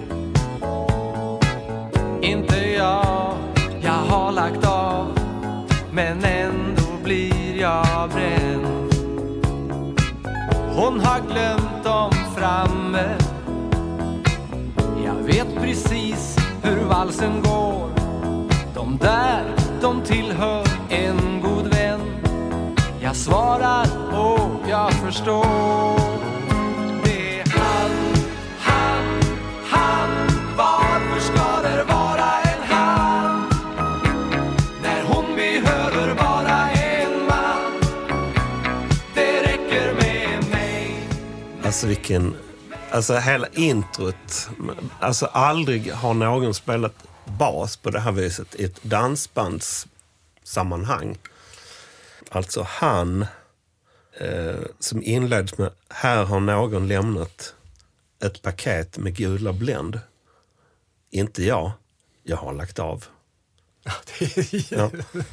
Inte jag, jag har lagt av, men ändå blir jag bränd. Hon har glömt dem framme. Jag vet precis hur valsen går. De där, de tillhör en god vän. Jag svarar och jag förstår. Det är han, han, han. Varför ska det vara en han? När hon behöver bara en man. Det räcker med mig. Alltså vilken... Alltså hela introt. Alltså aldrig har någon spelat bas på det här viset i ett dansbandssammanhang. Alltså han eh, som inleds med här har någon lämnat ett paket med gula Blend. Inte jag. Jag har lagt av. Ja.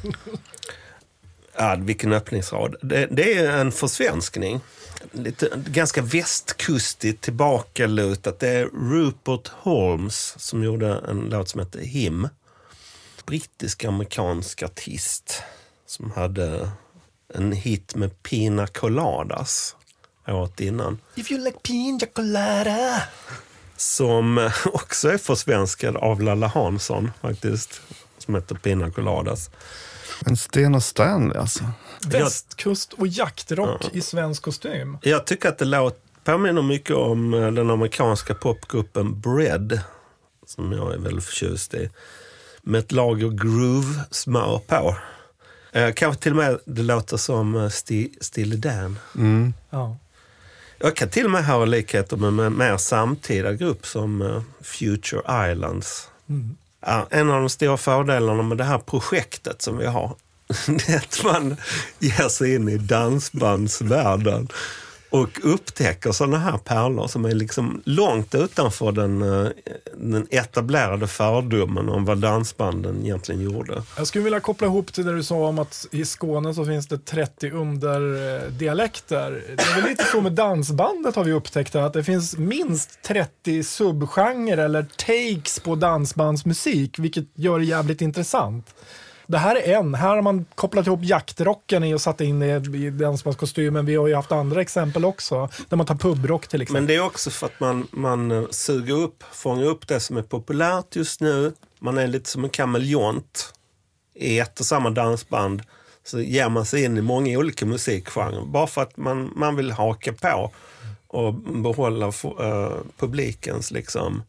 Ja, vilken öppningsrad. Det, det är en försvenskning. Lite, ganska västkustigt tillbakalutat. Det är Rupert Holmes som gjorde en låt som heter Him. Brittisk-amerikansk artist som hade en hit med Pina Coladas året innan. If you like pina colada. Som också är försvenskad av Lalla Hansson faktiskt. Som heter Pina Coladas. En Sten och Stanley alltså. Västkust och jaktrock Ja. i svensk kostym. Jag tycker att det låter, påminner mycket om den amerikanska popgruppen Bread. Som jag är väldigt förtjust i. Med ett lager groove-smör på. Eh, kanske till och med det låter som Sti- Stille Dan. Mm. Ja. Jag kan till och med höra likheter med en mer samtida grupp som uh, Future Islands. Mm. Ja, en av de stora fördelarna med det här projektet som vi har det är att man ger sig in i dansbandsvärlden. och upptäcker sådana här pärlor som är liksom långt utanför den, den etablerade fördomen om vad dansbanden egentligen gjorde. Jag skulle vilja koppla ihop till det du sa om att i Skåne så finns det trettio underdialekter. Det är väl lite så med dansbandet har vi upptäckt att det finns minst trettio subgenrer eller takes på dansbandsmusik, vilket gör det jävligt intressant. Det här är en. Här har man kopplat ihop jaktrocken i och satt in det i dansbandskostymen. Vi har ju haft andra exempel också. Där man tar pubrock till exempel. Men det är också för att man, man suger upp, fångar upp det som är populärt just nu. Man är lite som en kameleont i ett och samma dansband. Så ger man sig in i många olika musikgenrer. Bara för att man, man vill haka på och behålla uh, publikens liksom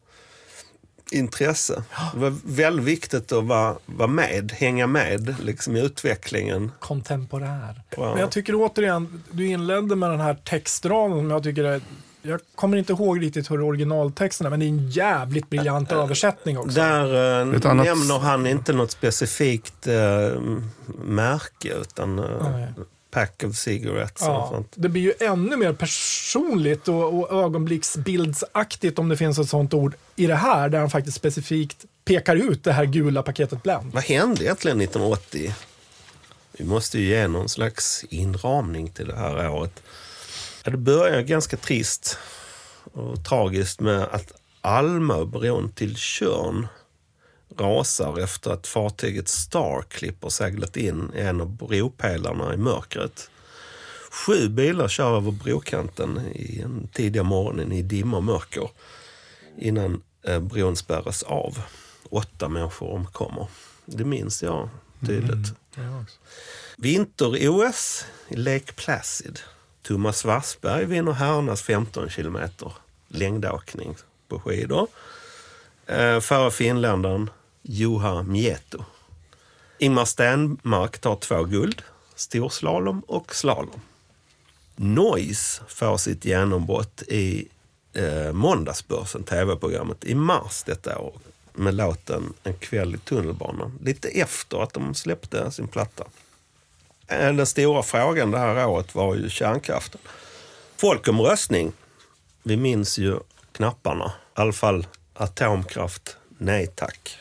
intresse. Det var väldigt viktigt att vara, vara med, hänga med liksom i utvecklingen. Kontemporär. Wow. Men jag tycker återigen, du inledde med den här textraden som jag tycker är, jag kommer inte ihåg riktigt hur originaltexten är, men det är en jävligt briljant översättning också. Där uh, annat... nämner han inte något specifikt uh, märke utan uh, pack of cigarettes. Ja, och sånt. det blir ju ännu mer personligt och, och ögonblicksbildsaktigt om det finns ett sånt ord i det här där han faktiskt specifikt pekar ut det här gula paketet Blend. Vad hände egentligen nittonhundraåttio? Vi måste ju ge någon slags inramning till det här året. Ja, det börjar ganska trist och tragiskt med att Almöbron till Tjörn rasar efter att fartyget Starclip har seglat in i en av bropelarna i mörkret. Sju bilar kör över brokanten i en tidiga morgonen i dimma och mörker innan eh, bron spärras av. Åtta människor omkommer. Det minns jag tydligt. Mm. Vinter-O S i Lake Placid. Thomas Wassberg vinner herrarnas femton kilometer längdåkning på skidor. Eh, före finländaren Juha Mieto. Ingmar Stenmark tar två guld, storslalom och slalom. Noise får sitt genombrott i eh, Måndagsbörsen, tv-programmet, i mars detta år med låten En kväll i tunnelbanan. Lite efter att de släppte sin platta. Den stora frågan det här året var ju kärnkraften. Folkomröstning. Vi minns ju knapparna. I alla fall atomkraft, nej tack.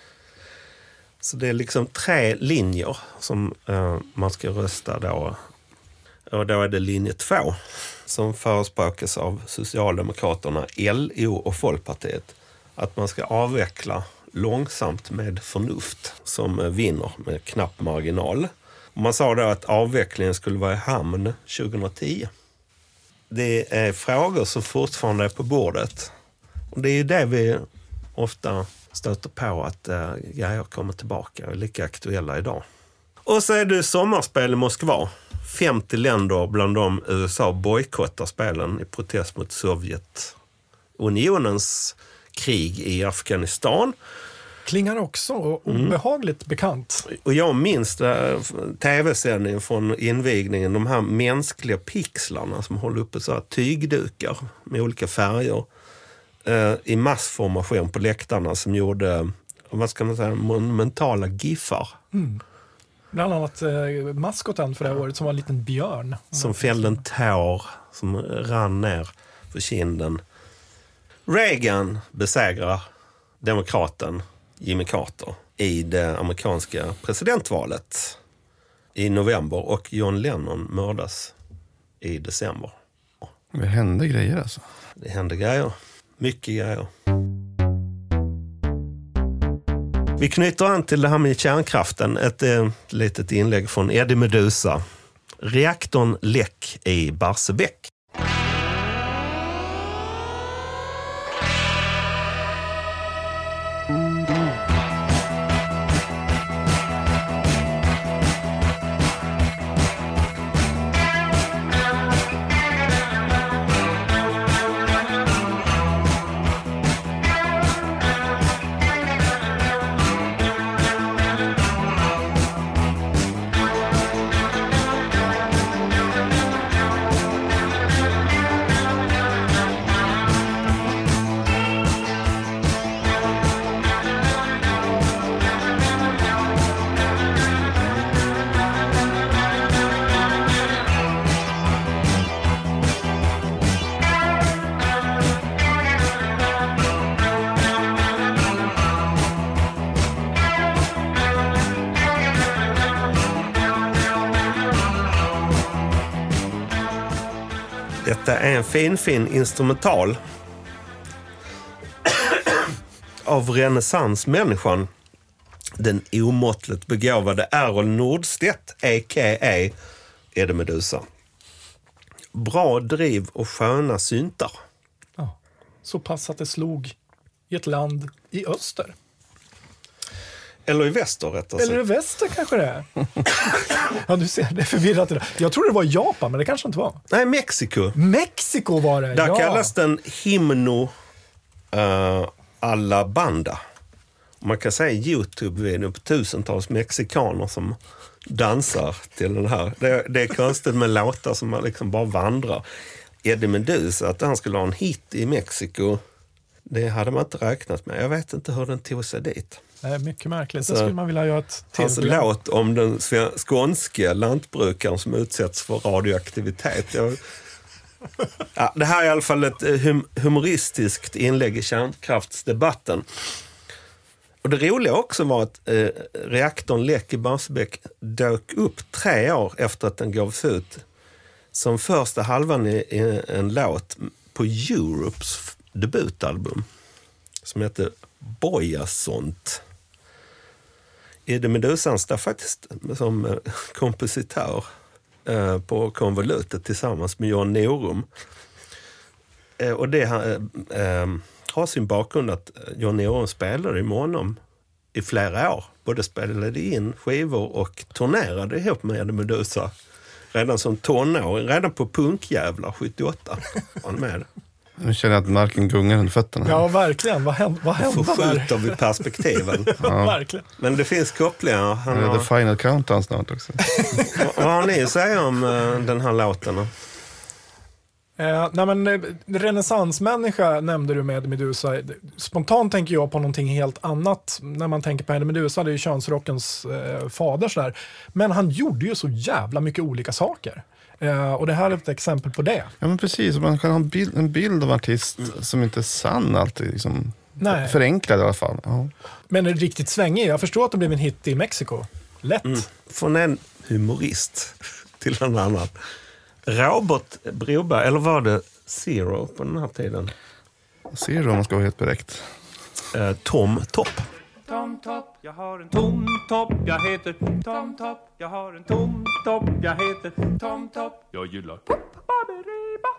Så det är liksom tre linjer som eh, man ska rösta då. Och då är det linje två som förespråkas av Socialdemokraterna, L O och Folkpartiet. Att man ska avveckla långsamt med förnuft som vinner med knapp marginal. Och man sa då att avvecklingen skulle vara i hamn tjugohundratio. Det är frågor som fortfarande är på bordet. Och det är ju det vi ofta stöter på att äh, grejer kommer tillbaka och är lika aktuella idag. Och så är det sommarspel i Moskva. femtio länder bland dem U S A bojkottar spelen i protest mot Sovjetunionens krig i Afghanistan. Klingar också obehagligt mm. bekant. Och jag minns tv-sändningen från invigningen, de här mänskliga pixlarna som håller uppe så här tygdukar med olika färger eh, i massformation på läktarna som gjorde, vad ska man säga, monumentala giffar. Mm. Bland annat eh, maskoten för det här året som var en liten björn. Som fällde en tår som rann ner för kinden. Reagan besegrar demokraten Jimmy Carter i det amerikanska presidentvalet i november och John Lennon mördas i december. Det hände grejer alltså. Det hände grejer. Mycket grejer. Vi knyter an till det här med kärnkraften. Ett, ett litet inlägg från Eddie Meduza. Reaktorn läck i Barsebäck. Detta är en fin, fin instrumental av renässansmänniskan, den omåttligt begåvade Errol Nordstedt, a k a. Eddie Meduza. Bra driv och sköna syntar. Ja, så pass att det slog i ett land i öster. Eller i väster, rättare sagt. Eller i väster kanske det är. Ja, du ser, det är förvirrat idag. Jag tror det var Japan, men det kanske inte var. Nej, Mexiko. Mexiko var det, Där ja. kallas den Himno uh, a la Banda. Man kan säga YouTube-video på tusentals mexikaner som dansar till den här. Det, det är konstigt med låtar som man liksom bara vandrar. Eddie Meduza, att han skulle ha en hit i Mexiko, det hade man inte räknat med. Jag vet inte hur den tog sig dit. Det är mycket märkligt. Så skulle man vilja göra ett Hans tv-program. låt om den skånska lantbrukaren som utsätts för radioaktivitet. Jag... Ja, det här är i alla fall ett hum- humoristiskt inlägg i kärnkraftsdebatten. Och det roliga också var att eh, reaktorn Lek i Barsebäck dök upp tre år efter att den gavs ut som första halvan i, i en låt på Europes debutalbum som heter Bojasont. Eddie Meduza står faktiskt som eh, kompositör eh, på konvolutet tillsammans med Jan Norum. Eh, och det eh, eh, har sin bakgrund att Jan Norum spelade med honom i flera år. Både spelade in skivor och turnerade ihop med Eddie Meduza. Redan som tonåring, redan på Punkjävlar sjuttioåtta var han med. Nu känner jag att marken gungar under fötterna. Ja, verkligen. Vad hände, vad hände där? Förskjuter vi perspektiven. Ja, verkligen. Men det finns kopplingar. Han Det är har, the final countdown snart också. vad har ni att säga om uh, den här låten? Eh, nej men eh, renässansmänniska nämnde du med Eddie Meduza. Spontant tänker jag på någonting helt annat. När man tänker på Eddie Meduza, det är ju könsrockens eh, fader sådär. Men han gjorde ju så jävla mycket olika saker. Eh, och det här är ett exempel på det. Ja men precis, man kan ha en bild, en bild av en artist som inte är sann alltid. Liksom, Nej. förenklad i alla fall. Ja. Men är riktigt svängig. Jag förstår att det blev en hit i Mexiko. Lätt. Mm. Från en humorist till en annan. Robert Broberg, eller var det Zero på den här tiden? Ser du om man ska vara helt korrekt? Eh, Tom Topp. Tom Topp, jag har en tom topp, jag heter Tom Topp, jag har en tom topp, jag heter Tom Topp. Jag gillar Baberiba.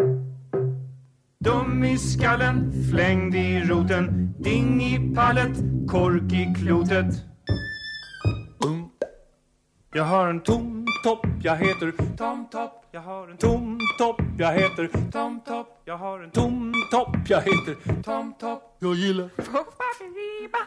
Dum i skallen, flängd i roten, ding i pallet, kork i klotet. Mm. Jag har en tom topp, jag heter Tom Topp. Jag har en tom topp, jag heter Tom Topp. Jag har en tom topp, jag heter Tom Topp. Jag gillar Baberiba.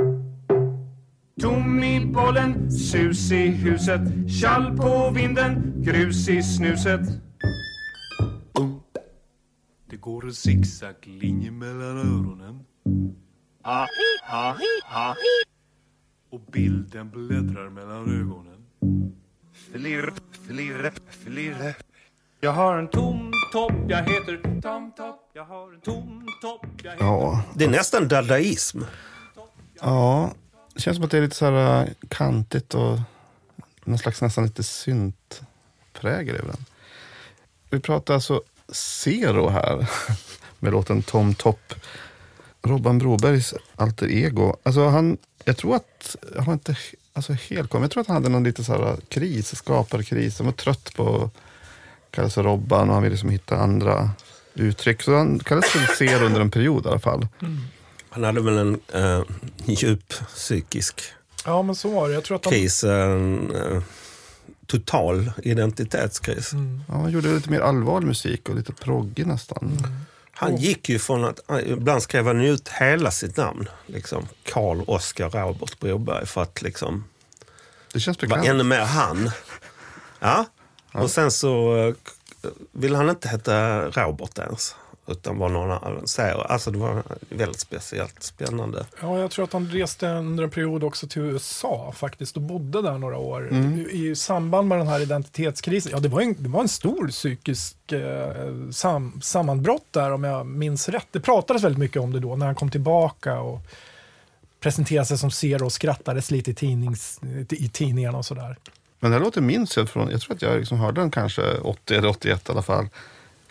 Tom i bollen, sus i huset, kall på vinden, grus i snuset. Mm. Det går en zigzag-linje mellan öronen. Ha, ha, ha. Och bilden bläddrar mellan ögonen. Flirr, flirr, flirr. Jag har en tom topp, jag heter Tom Topp. Jag har en tom topp, jag heter... Ja. Det är nästan dadaism. Ja, det känns som att det är lite så här uh, kantigt och någon slags nästan lite syntprägel över den. Vi pratar alltså Zero här med låten Tom Topp. Robban Brobergs alter ego. Alltså han, jag tror att, jag har inte alltså helt kommit. Jag tror att han hade någon lite så här kris, skaparkris. Han var trött på kallas för Robban och han ville liksom hitta andra uttryck. Så han kallades för Zero under en period i alla fall. Mm. Han hade väl en uh, djup psykisk Ja, men så var det. Jag tror att han... kris. En uh, total identitetskris. Mm. Ja, han gjorde lite mer allvarlig musik och lite proggig nästan. Mm. Han gick ju från att, ibland skrev han ut hela sitt namn. Liksom Carl Oskar Robert Broberg för att liksom Det känns vara bekant. ännu mer han. Ja. Och sen så uh, vill han inte heta Robert ens. Utan var någon annan säger. Alltså det var väldigt speciellt spännande. Ja, jag tror att han reste under en period också till U S A faktiskt och bodde där några år. Mm. I, I samband med den här identitetskrisen. Ja, det var en, det var en stor psykisk eh, sam, sammanbrott där om jag minns rätt. Det pratades väldigt mycket om det då när han kom tillbaka och presenterade sig som Zero och skrattades lite i, tidnings, i tidningarna och sådär. Men det låter minst jag från, jag tror att jag liksom hörde den kanske åttio eller åttioett i alla fall.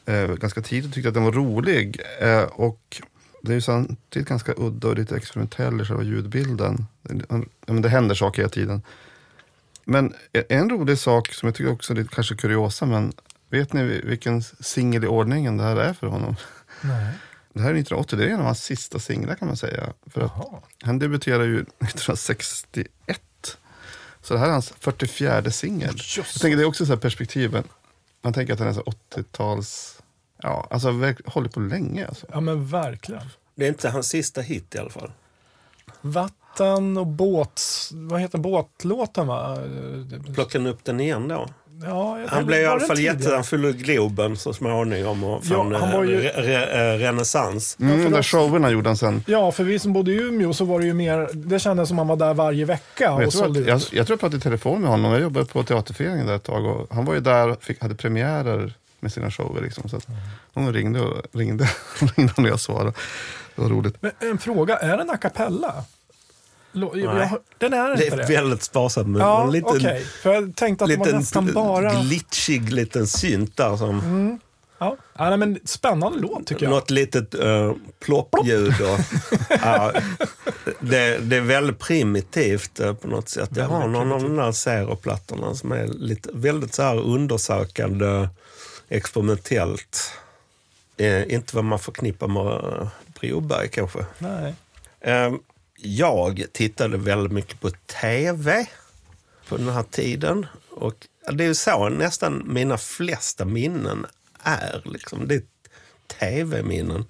eh, ganska tidigt, tyckte att den var rolig. Eh, och det är ju samtidigt ganska udda och lite experimentell i själva ljudbilden. Det, ja, det händer saker hela tiden. Men en rolig sak som jag tycker också är lite kanske kuriosa, men vet ni vilken singel i ordningen det här är för honom? Nej. Det här är nittonhundraåttio, det är en av hans sista singlar kan man säga. För att han debuterade ju nittonhundrasextioett. Så det här är hans fyrtiofjärde singel. Jag tänker det är också så här perspektiven. Man tänker att den är så åttio-tals... Ja, alltså håller på länge alltså. Ja men verkligen. Det är inte hans sista hit i alla fall. Vatten och båt... Vad heter båtlåten va? Plockade upp den igen då. Ja, jag, han blev i var alla den fall tidigare? jätte, han fyllde Globen så småningom och Ja, fann han var ju- re, re, renässans. Mm, för de där då- showerna gjorde han sen. Ja, för vi som bodde i Umeå så var det ju mer... Det kändes som man var där varje vecka Men jag, och tror sålde att, ut. jag, jag tror jag pratade i telefon med honom. Jag jobbade på teaterföreningen där ett tag. Och han var ju där och fick, hade premiärer med sina shower. Liksom, så att hon ringde och ringde, ringde när jag svarade. Det var roligt. Men en fråga, är den a cappella? Lo- jag, Nej. jag, den är Det inte är det? väldigt sparsamt med Ja, en okej. liten, För jag tänkte att det var liten nästan bara... glitchig liten synt där som Ja, ja nej, men spännande låt tycker jag. något litet uh, ploppljud. Och, ja, det, det är väldigt primitivt uh, på något sätt. Jag har Väldigt någon av de där Zero-plattorna som är lite, väldigt så här undersökande, experimentellt. Eh, inte vad man förknippar med uh, Broberg kanske. Nej. Eh, jag tittade väldigt mycket på tv på den här tiden. Och det är ju så nästan mina flesta minnen är. Liksom. Det är tv-minnen.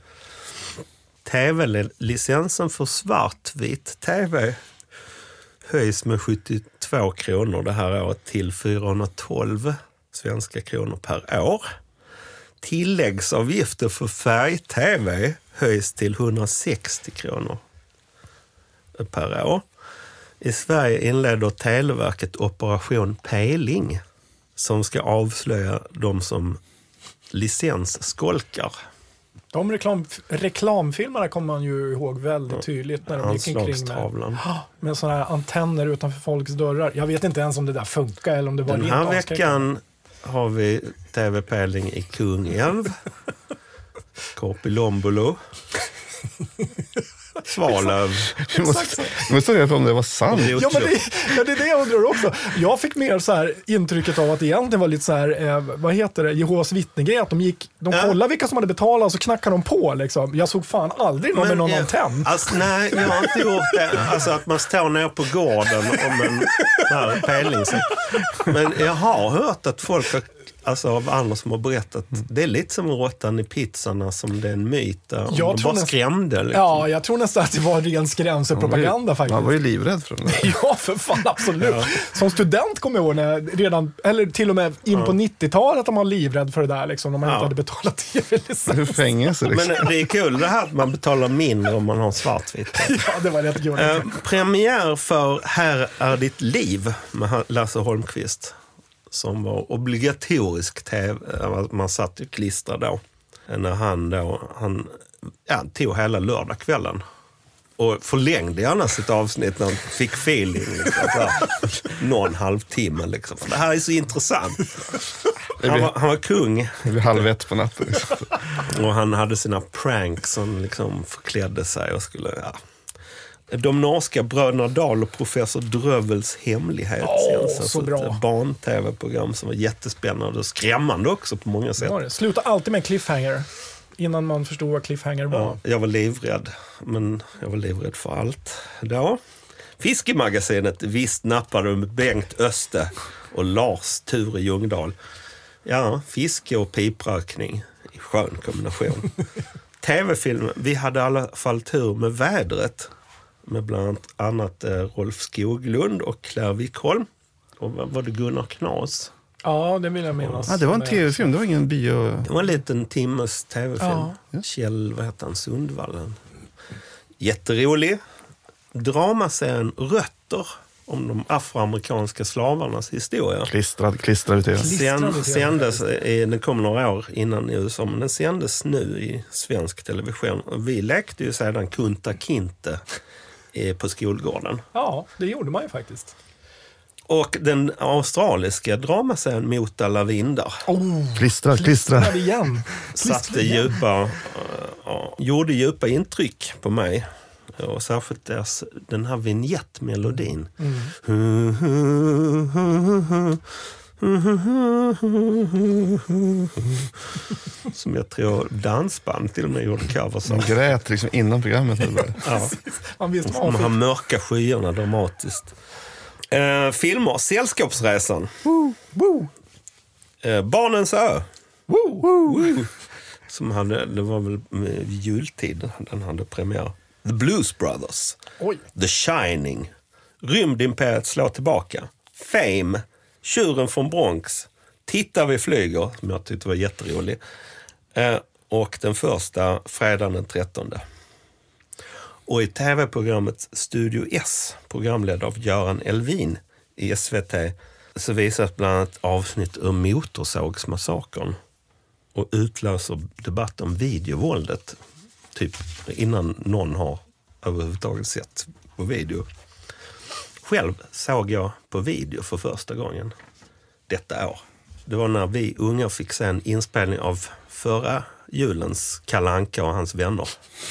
Tv-licensen för svartvit tv höjs med sjuttiotvå kronor det här året till fyrahundratolv svenska kronor per år. Tilläggsavgifter för färg-tv höjs till hundrasextio kronor per år. I Sverige inleder Televerket Operation Peling som ska avslöja de som licensskolkar. De reklam, reklamfilmerna kommer man ju ihåg väldigt tydligt när de gick omkring med, Anslagstavlan. med såna här antenner utanför folks dörrar. Jag vet inte ens om det där funkar eller om det var Den rent här avskräckande. veckan har vi tv-peling i Kungälv, Korpilombolo, Svalöv. Du måste, du måste reda på om det var sant. Ja, men det, ja, det är det jag undrar också. Jag fick mer så här intrycket av att det egentligen var lite så här, eh, vad heter det, Jehovas vittnegrej, att de gick, de Ja. kollade vilka som hade betalat och så knackade de på liksom. Jag såg fan aldrig någon med någon jag- antenn. Alltså, nej, jag har inte gjort det. Alltså att man står ner på gården om en sån här peling. Så. Men jag har hört att folk har, alltså av andra som har berättat, det är lite som råttan i pizzarna, som det är en myt där. Om Jag de tror bara näst- skrämde. Liksom. Ja, jag tror nästan att det var ren skrämselpropaganda faktiskt. Man var ju livrädd för den där. Ja, för fan, absolut. Som student kommer jag ihåg när jag redan, eller till och med in på nittiotalet, att man var livrädd för det där liksom, om man Ja. inte hade betalat tv-licens. Hur fängelse liksom. Men det är kul det här att man betalar mindre om man har svartvitt. Ja, det var rätt gulligt. Eh, premiär för Här är ditt liv med Lasse Holmqvist, som var obligatorisk tv. Man satt ju klistrad då. När han då, han ja, tog hela lördagskvällen. Och förlängde gärna sitt avsnitt när han fick feeling. Liksom, så här, någon halvtimme liksom. För det här är så intressant. Han var, han var kung. Det blir halv ett på natten. Liksom. Och han hade sina pranks som liksom förklädde sig och skulle... Ja. De norska bröderna Dahl och professor Drövels hemlighet. Åh, känns så alltså bra. ett barn-tv-program som var jättespännande och skrämmande också på många Det sätt. var det. Sluta alltid med en cliffhanger. Innan man förstod vad cliffhanger var. Ja, jag var livrädd, men jag var livrädd för allt. Då. Fiskemagasinet visst nappade med Bengt Öste och Lars Ture Ljungdahl. Ja, fiske och piprökning i skön kombination. Tv-filmen, vi hade i alla fall tur med vädret. Med bland annat eh, Rolf Skoglund och Claire Wikholm. Och vad var det, Gunnar Knas? Ja, det vill jag minnas. Ah, det var en tv-film, det var ingen bio... Det var en liten timmes tv-film. Ja. Kjell, vad heter han, Sundvallen. Jätterolig. Dramaserien Rötter om de afroamerikanska slavarnas historia. Klistrad, klistrad i tv. Klistrad i Sen, tv. sändes, i, den kom några år innan i U S A, men den sändes nu i svensk television. Och vi lekte ju sedan Kunta Kinte eh, på skolgården. Ja, det gjorde man ju faktiskt. Och den australiska dramaserien Mot alla vindar. Oh, Klistra, klistra. klistrade igen. Satte djupa, uh, gjorde djupa intryck på mig. Och särskilt dess, den här vignettmelodin. Mm. Som jag tror dansband till och med gjorde covers av. Man grät liksom innan programmet. Ja. Man visste De här mörka skyarna dramatiskt. Eh, filmer, Sällskapsresan. Woo, woo, Eh, Barnens ö. woo, woo. Som hade, det var väl med jultid den hade premiär. The Blues Brothers. Oj. The Shining. Rymdimperiet slår tillbaka. Fame. Tjuren från Bronx. Titta vi flyger, som jag tyckte var jätterolig. Eh, och den första, fredagen den trettonde. Och i tv-programmet Studio S, programledd av Göran Elvin i S V T, så visas bland annat avsnitt ur Motorsågsmassakern och utlöser debatt om videovåldet. Typ innan någon har överhuvudtaget sett på video. Själv såg jag på video för första gången detta år. Det var när vi unga fick se en inspelning av förra julens Kalle Anka och hans vänner.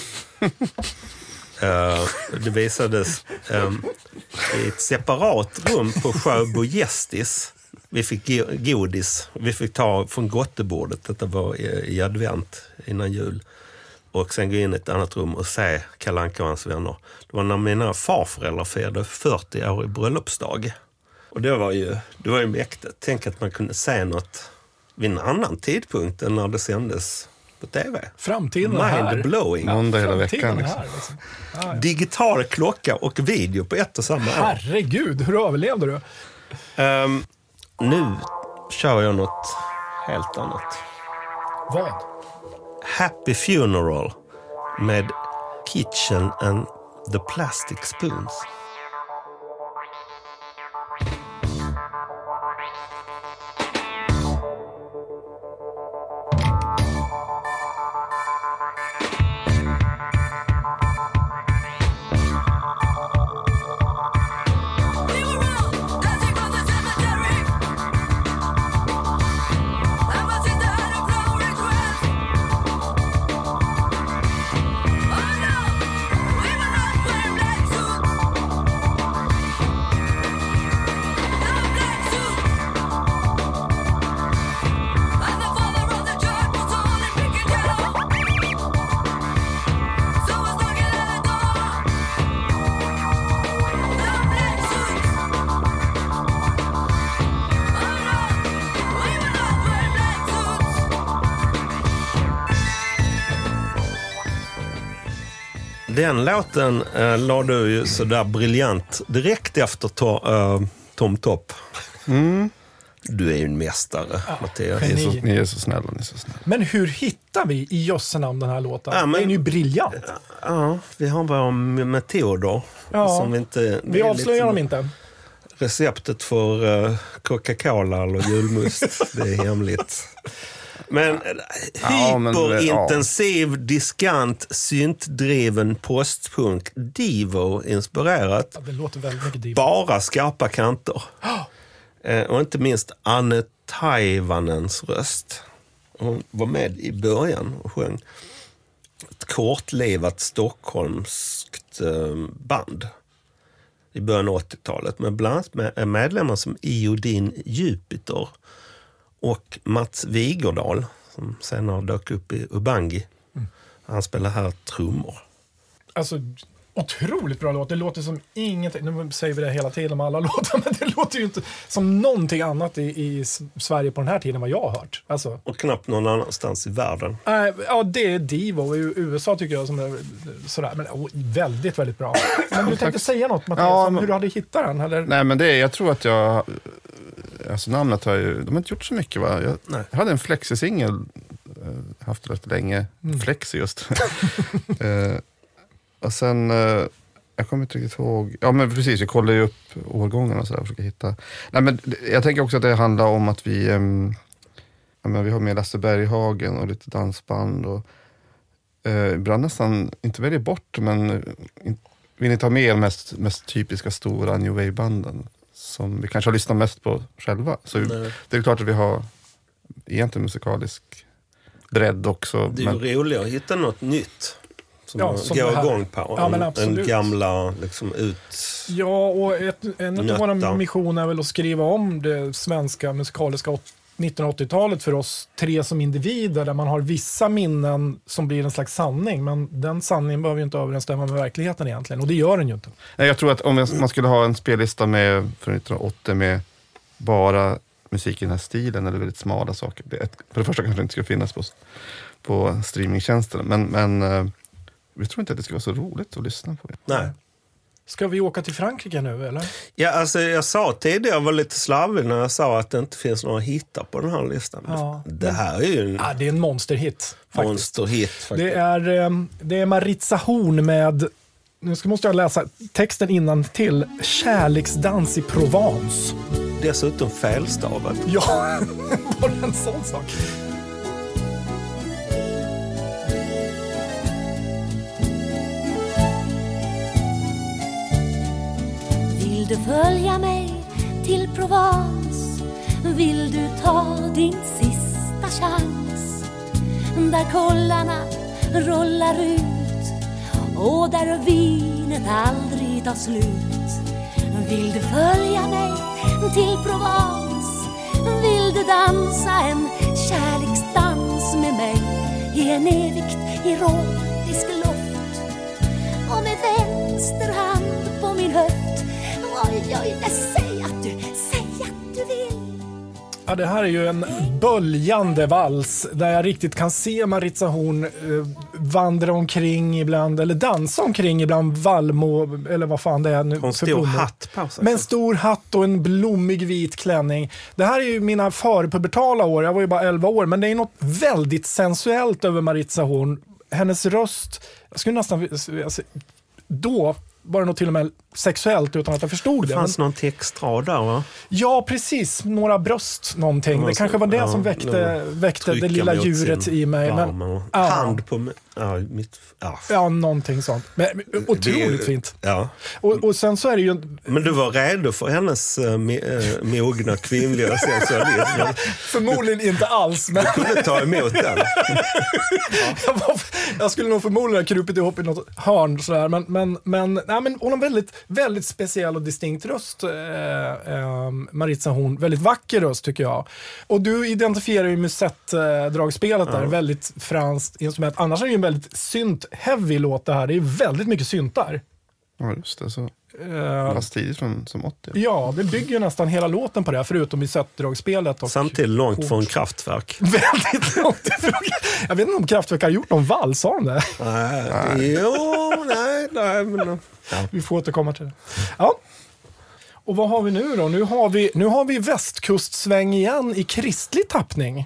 uh, det visades um, i ett separat rum på Sjöbo Gästis. Vi fick godis. Vi fick ta från gottebordet. Detta var i, i advent innan jul. Och sen gå in i ett annat rum och se Kalle Anka och hans vänner. Det var när mina farföräldrar firade fyrtio år i bröllopsdag. Och det var ju, det var ju mäktigt. Tänk att man kunde se något vid en annan tidpunkt än när det sändes på tv. Framtiden är här. Mind-blowing. Måndag hela Framtiden veckan. är Liksom. här, liksom. Ah, ja. Digital klocka och video på ett och samma år. Herregud, hur överlevde du? Um, nu kör jag något helt annat. Vad? Happy Funeral med Kitchen and the Plastic Spoons. Den låten äh, la du ju sådär briljant direkt efter to- äh, Tom Topp. Mm. Du är ju en mästare, ja, Mattias. Ni är, så, Geni. ni är så snälla, ni är så snälla. Men hur hittar vi i jössen namn den här låten? Ja, men- Den är ju briljant. Ja, vi har bara metoder. Ja, som vi inte... Vi avslöjar dem inte. Receptet för uh, Coca-Cola eller julmust, det är hemligt. Men Ja, men- hyperintensiv, diskant, syntdriven postpunk, Divo-inspirerat. Ja, det låter väldigt mycket div. Bara skarpa kanter. Eh, och inte minst Anne Taivanens röst. Hon var med i början och sjöng ett kortlivat stockholmskt eh, band i början av åttiotalet. Men bland annat med medlemmar som Iodin Jupiter och Mats Wigerdal som senare dök upp i Ubangi. Mm. Han spelar här trummor. Alltså, otroligt bra låt. Det låter som ingenting. Nu säger vi det hela tiden om alla låtar, men det låter ju inte som någonting annat i, i Sverige på den här tiden vad jag har hört. Alltså, Och knappt någon annanstans i världen. äh, ja, det är Divo. I U S A tycker jag som är sådär, men oh, väldigt, väldigt bra. Men du tänkte säga något, Mattias, Ja, om men- hur du hade hittat den? Eller? Nej, men det är, jag tror att jag... Alltså namnet har ju... De har inte gjort så mycket, va? Jag, Nej. jag hade en Flexi-singel, eh, haft det rätt länge. Mm. Flexi just. eh, och sen... Eh, jag kommer inte riktigt ihåg... Ja, men precis. Jag kollar ju upp årgångarna och sådär och försöker hitta... Nej, men det- jag tänker också att det handlar om att vi... ehm, ja, men vi har med Lasse Berghagen och lite dansband och... Eh, ibland nästan inte väljer bort, men... In, vill inte ha med de mest, mest typiska stora New Wave-banden som vi kanske har lyssnat mest på själva. Så Nej. det är klart att vi har egentligen musikalisk bredd också. Det är ju roligt att hitta något nytt som Ja, man som går det här. igång på. Ja, men en, en absolut. gamla liksom ut... Ja, och ett, en av Nötta. våra missioner är väl att skriva om det svenska musikaliska nittonhundraåttiotalet för oss tre som individer, där man har vissa minnen som blir en slags sanning, men den sanningen behöver ju inte överensstämma med verkligheten egentligen, och det gör den ju inte. Nej, jag tror att om man skulle ha en spellista med, för nittonhundraåttio med bara musik i den här stilen eller väldigt smala saker. Det, för det första kanske det inte skulle finnas på, på streamingtjänsterna, men, men jag tror inte att det skulle vara så roligt att lyssna på det. Nej. Ska vi åka till Frankrike nu, eller? Ja, alltså jag sa tidigare, jag var lite slarvig när jag sa att det inte finns några hittar på den här listan. Ja, det men- här är ju en Ja, det är en monsterhit faktiskt. monsterhit faktiskt. Det är, eh, det är Maritza Horn med, nu ska, måste jag läsa texten innan till Kärleksdans i Provence. Dessutom felstavat. Ja, bara en sån sak. Vill du följa mig till Provence? Vill du ta din sista chans? Där kollarna rullar ut och där vinet aldrig tar slut. Vill du följa mig till Provence? Vill du dansa en kärleksdans med mig i en evigt erotisk luft? Och med vänster hand på min höft, oj, oj, säg att du, säg att du vill. Ja, det här är ju en böljande vals där jag riktigt kan se Maritza Horn eh, vandra omkring ibland, eller dansa omkring ibland Valmo, eller vad fan det är nu. Har en för stor blommor. hatt på sig. Med en stor hatt och en blommig vit klänning. Det här är ju mina förpubertala år, jag var ju bara elva år, men det är något väldigt sensuellt över Maritza Horn. Hennes röst, jag skulle nästan, alltså, då var det nog till och med sexuellt utan att jag förstod det. Det fanns Men, någon textrad där, va? ja, precis. Några bröst, någonting. Ja, Det kanske var det ja, som väckte, ja. väckte det Trycka lilla mot djuret sin i mig. arm Men, och ja. hand på mig. Ja, mitt, ja. ja, någonting sånt. Men, men otroligt Det- fint. Ja. Och, och sen så är det ju en, Men du var redo för hennes uh, mogna kvinnliga sensualism. Men förmodligen inte alls, men du kunde ta emot den. jag, var, jag skulle nog förmodligen ha krupit ihop i något hörn sådär. Men, men, men, nej, men hon har väldigt, väldigt speciell och distinkt röst, eh, eh, Maritza Horn. Väldigt vacker röst tycker jag. Och du identifierar ju Musette-dragspelet där, väldigt franskt instrument. Annars är det ju en väldigt synt-heavy låt det här. Det är väldigt mycket syntar. Ja, just det. Så Eh, fast tidigt från som åttio. ja, det bygger ju nästan hela låten på det, förutom Musette-dragspelet. Och Samtidigt långt från Kraftwerk. väldigt långt ifrån. Jag vet inte om Kraftwerk har gjort någon vals, har de det? Nej. Jo, nej, nej. Men, ja. Vi får återkomma till det. Ja. Och vad har vi nu då? Nu har vi, nu har vi västkustsväng igen i kristlig tappning.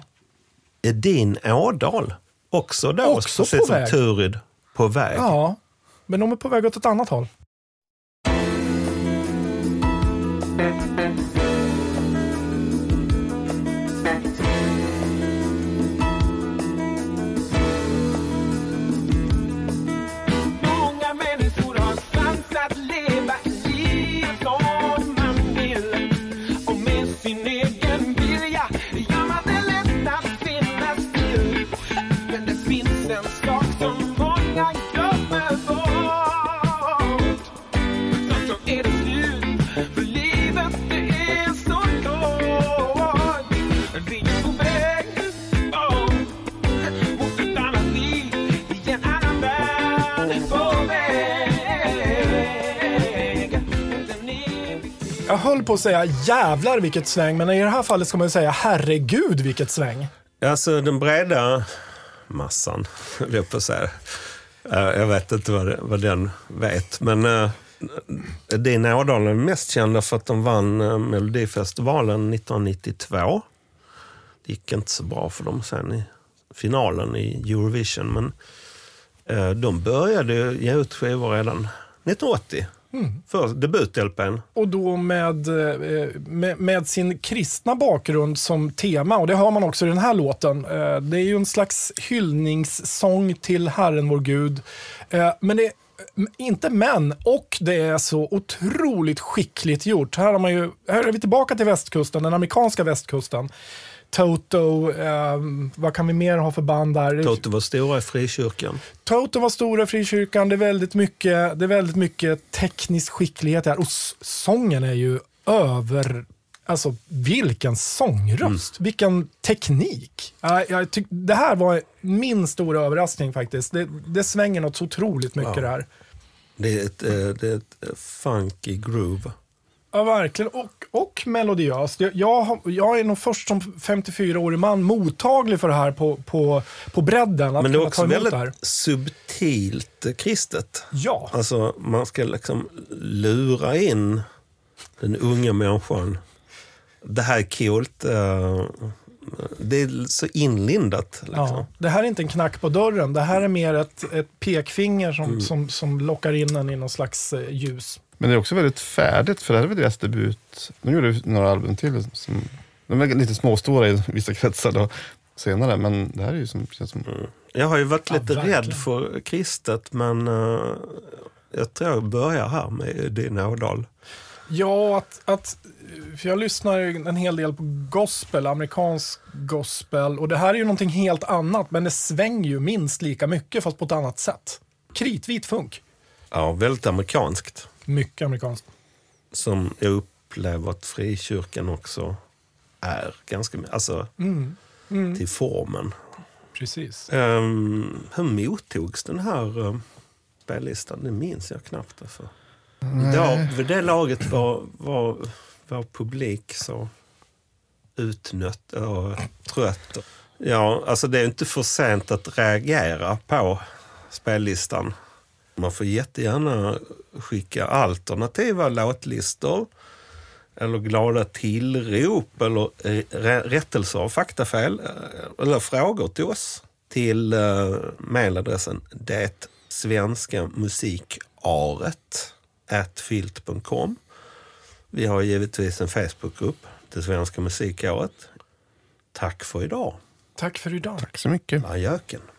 Edin Ådahl. Också då, Också precis på som väg. Turid, på väg. Ja, men de är på väg åt ett annat håll. Många människor har chans att leva livet som man vill. Och med sin egen vilja gör man det lätt att finnas till. Men det finns en sak som många glömmer bort. Snart så är det slut, för livet det är så kort. Vi är på väg, oh, mot ett annat liv, i en annan värld. På väg, den evigt. Jag höll på att säga jävlar vilket sväng, men i det här fallet ska man ju säga herregud vilket sväng. Alltså den breda massan, höll jag på att säga. Eh, Jag vet inte vad, det, vad den vet, men uh, Edin Ådahl är mest kända för att de vann uh, Melodifestivalen nittonhundranittiotvå. Det gick inte så bra för dem sen i finalen i Eurovision, men uh, de började ge ut skivor redan nittonhundraåttio. För debut-L P:n. Och då med, eh, med, med sin kristna bakgrund som tema, och det har man också i den här låten. Eh, Det är ju en slags hyllningssång till Herren vår Gud. Eh, Men det Inte men, och det är så otroligt skickligt gjort. Här, har man ju, här är vi tillbaka till västkusten, den amerikanska västkusten. Toto, eh, vad kan vi mer ha för band där? Toto var stora i frikyrkan. Toto var stora i frikyrkan, det är väldigt mycket, det är väldigt mycket teknisk skicklighet här. Och s- sången är ju över... Alltså, vilken sångröst, mm. vilken teknik. Jag, jag tyck, det här var min stora överraskning faktiskt. Det, det svänger något så otroligt mycket ja. där. Det är ett, det är ett funky groove. Ja, verkligen. Och, och melodiöst. Jag, jag, jag är nog först som femtiofyra-årig man mottaglig för det här på, på, på bredden. Att Men det är också väldigt det subtilt kristet. Ja. Alltså, man ska liksom lura in den unga människan. Det här är coolt. Det är så inlindat. Liksom. Ja, det här är inte en knack på dörren. Det här är mer ett, ett pekfinger som, mm. som, som lockar in en i någon slags ljus. Men det är också väldigt färdigt, för det här är väl deras debut. Nu gjorde vi några album till. Som, de är lite småstora i vissa kretsar då, senare, men det här är ju som... Känns som... Mm. Jag har ju varit lite ja, rädd för kristet, men uh, jag tror jag börjar här med Din Ådal. Ja, att, att, för jag lyssnar en hel del på gospel, amerikansk gospel, och det här är ju någonting helt annat, men det svänger ju minst lika mycket fast på ett annat sätt. Kritvit funk. Ja, väldigt amerikanskt. Mycket amerikanskt. Som jag upplever att frikyrkan också är ganska, alltså mm. Mm. till formen. Precis. Um, hur mottogs den här uh, spellistan? Det minns jag knappt alltså. Ja, vid det laget var, var, var publik så utnött och trött. Ja, alltså det är inte för sent att reagera på spellistan. Man får jättegärna skicka alternativa låtlistor eller glada tillrop eller rättelser av faktafel eller frågor till oss till uh, mailadressen det svenska musikaret at filt punkt com. Vi har givetvis en Facebookgrupp, Det svenska musikåret. Tack för idag. Tack för idag. Tack så mycket. Ajöken.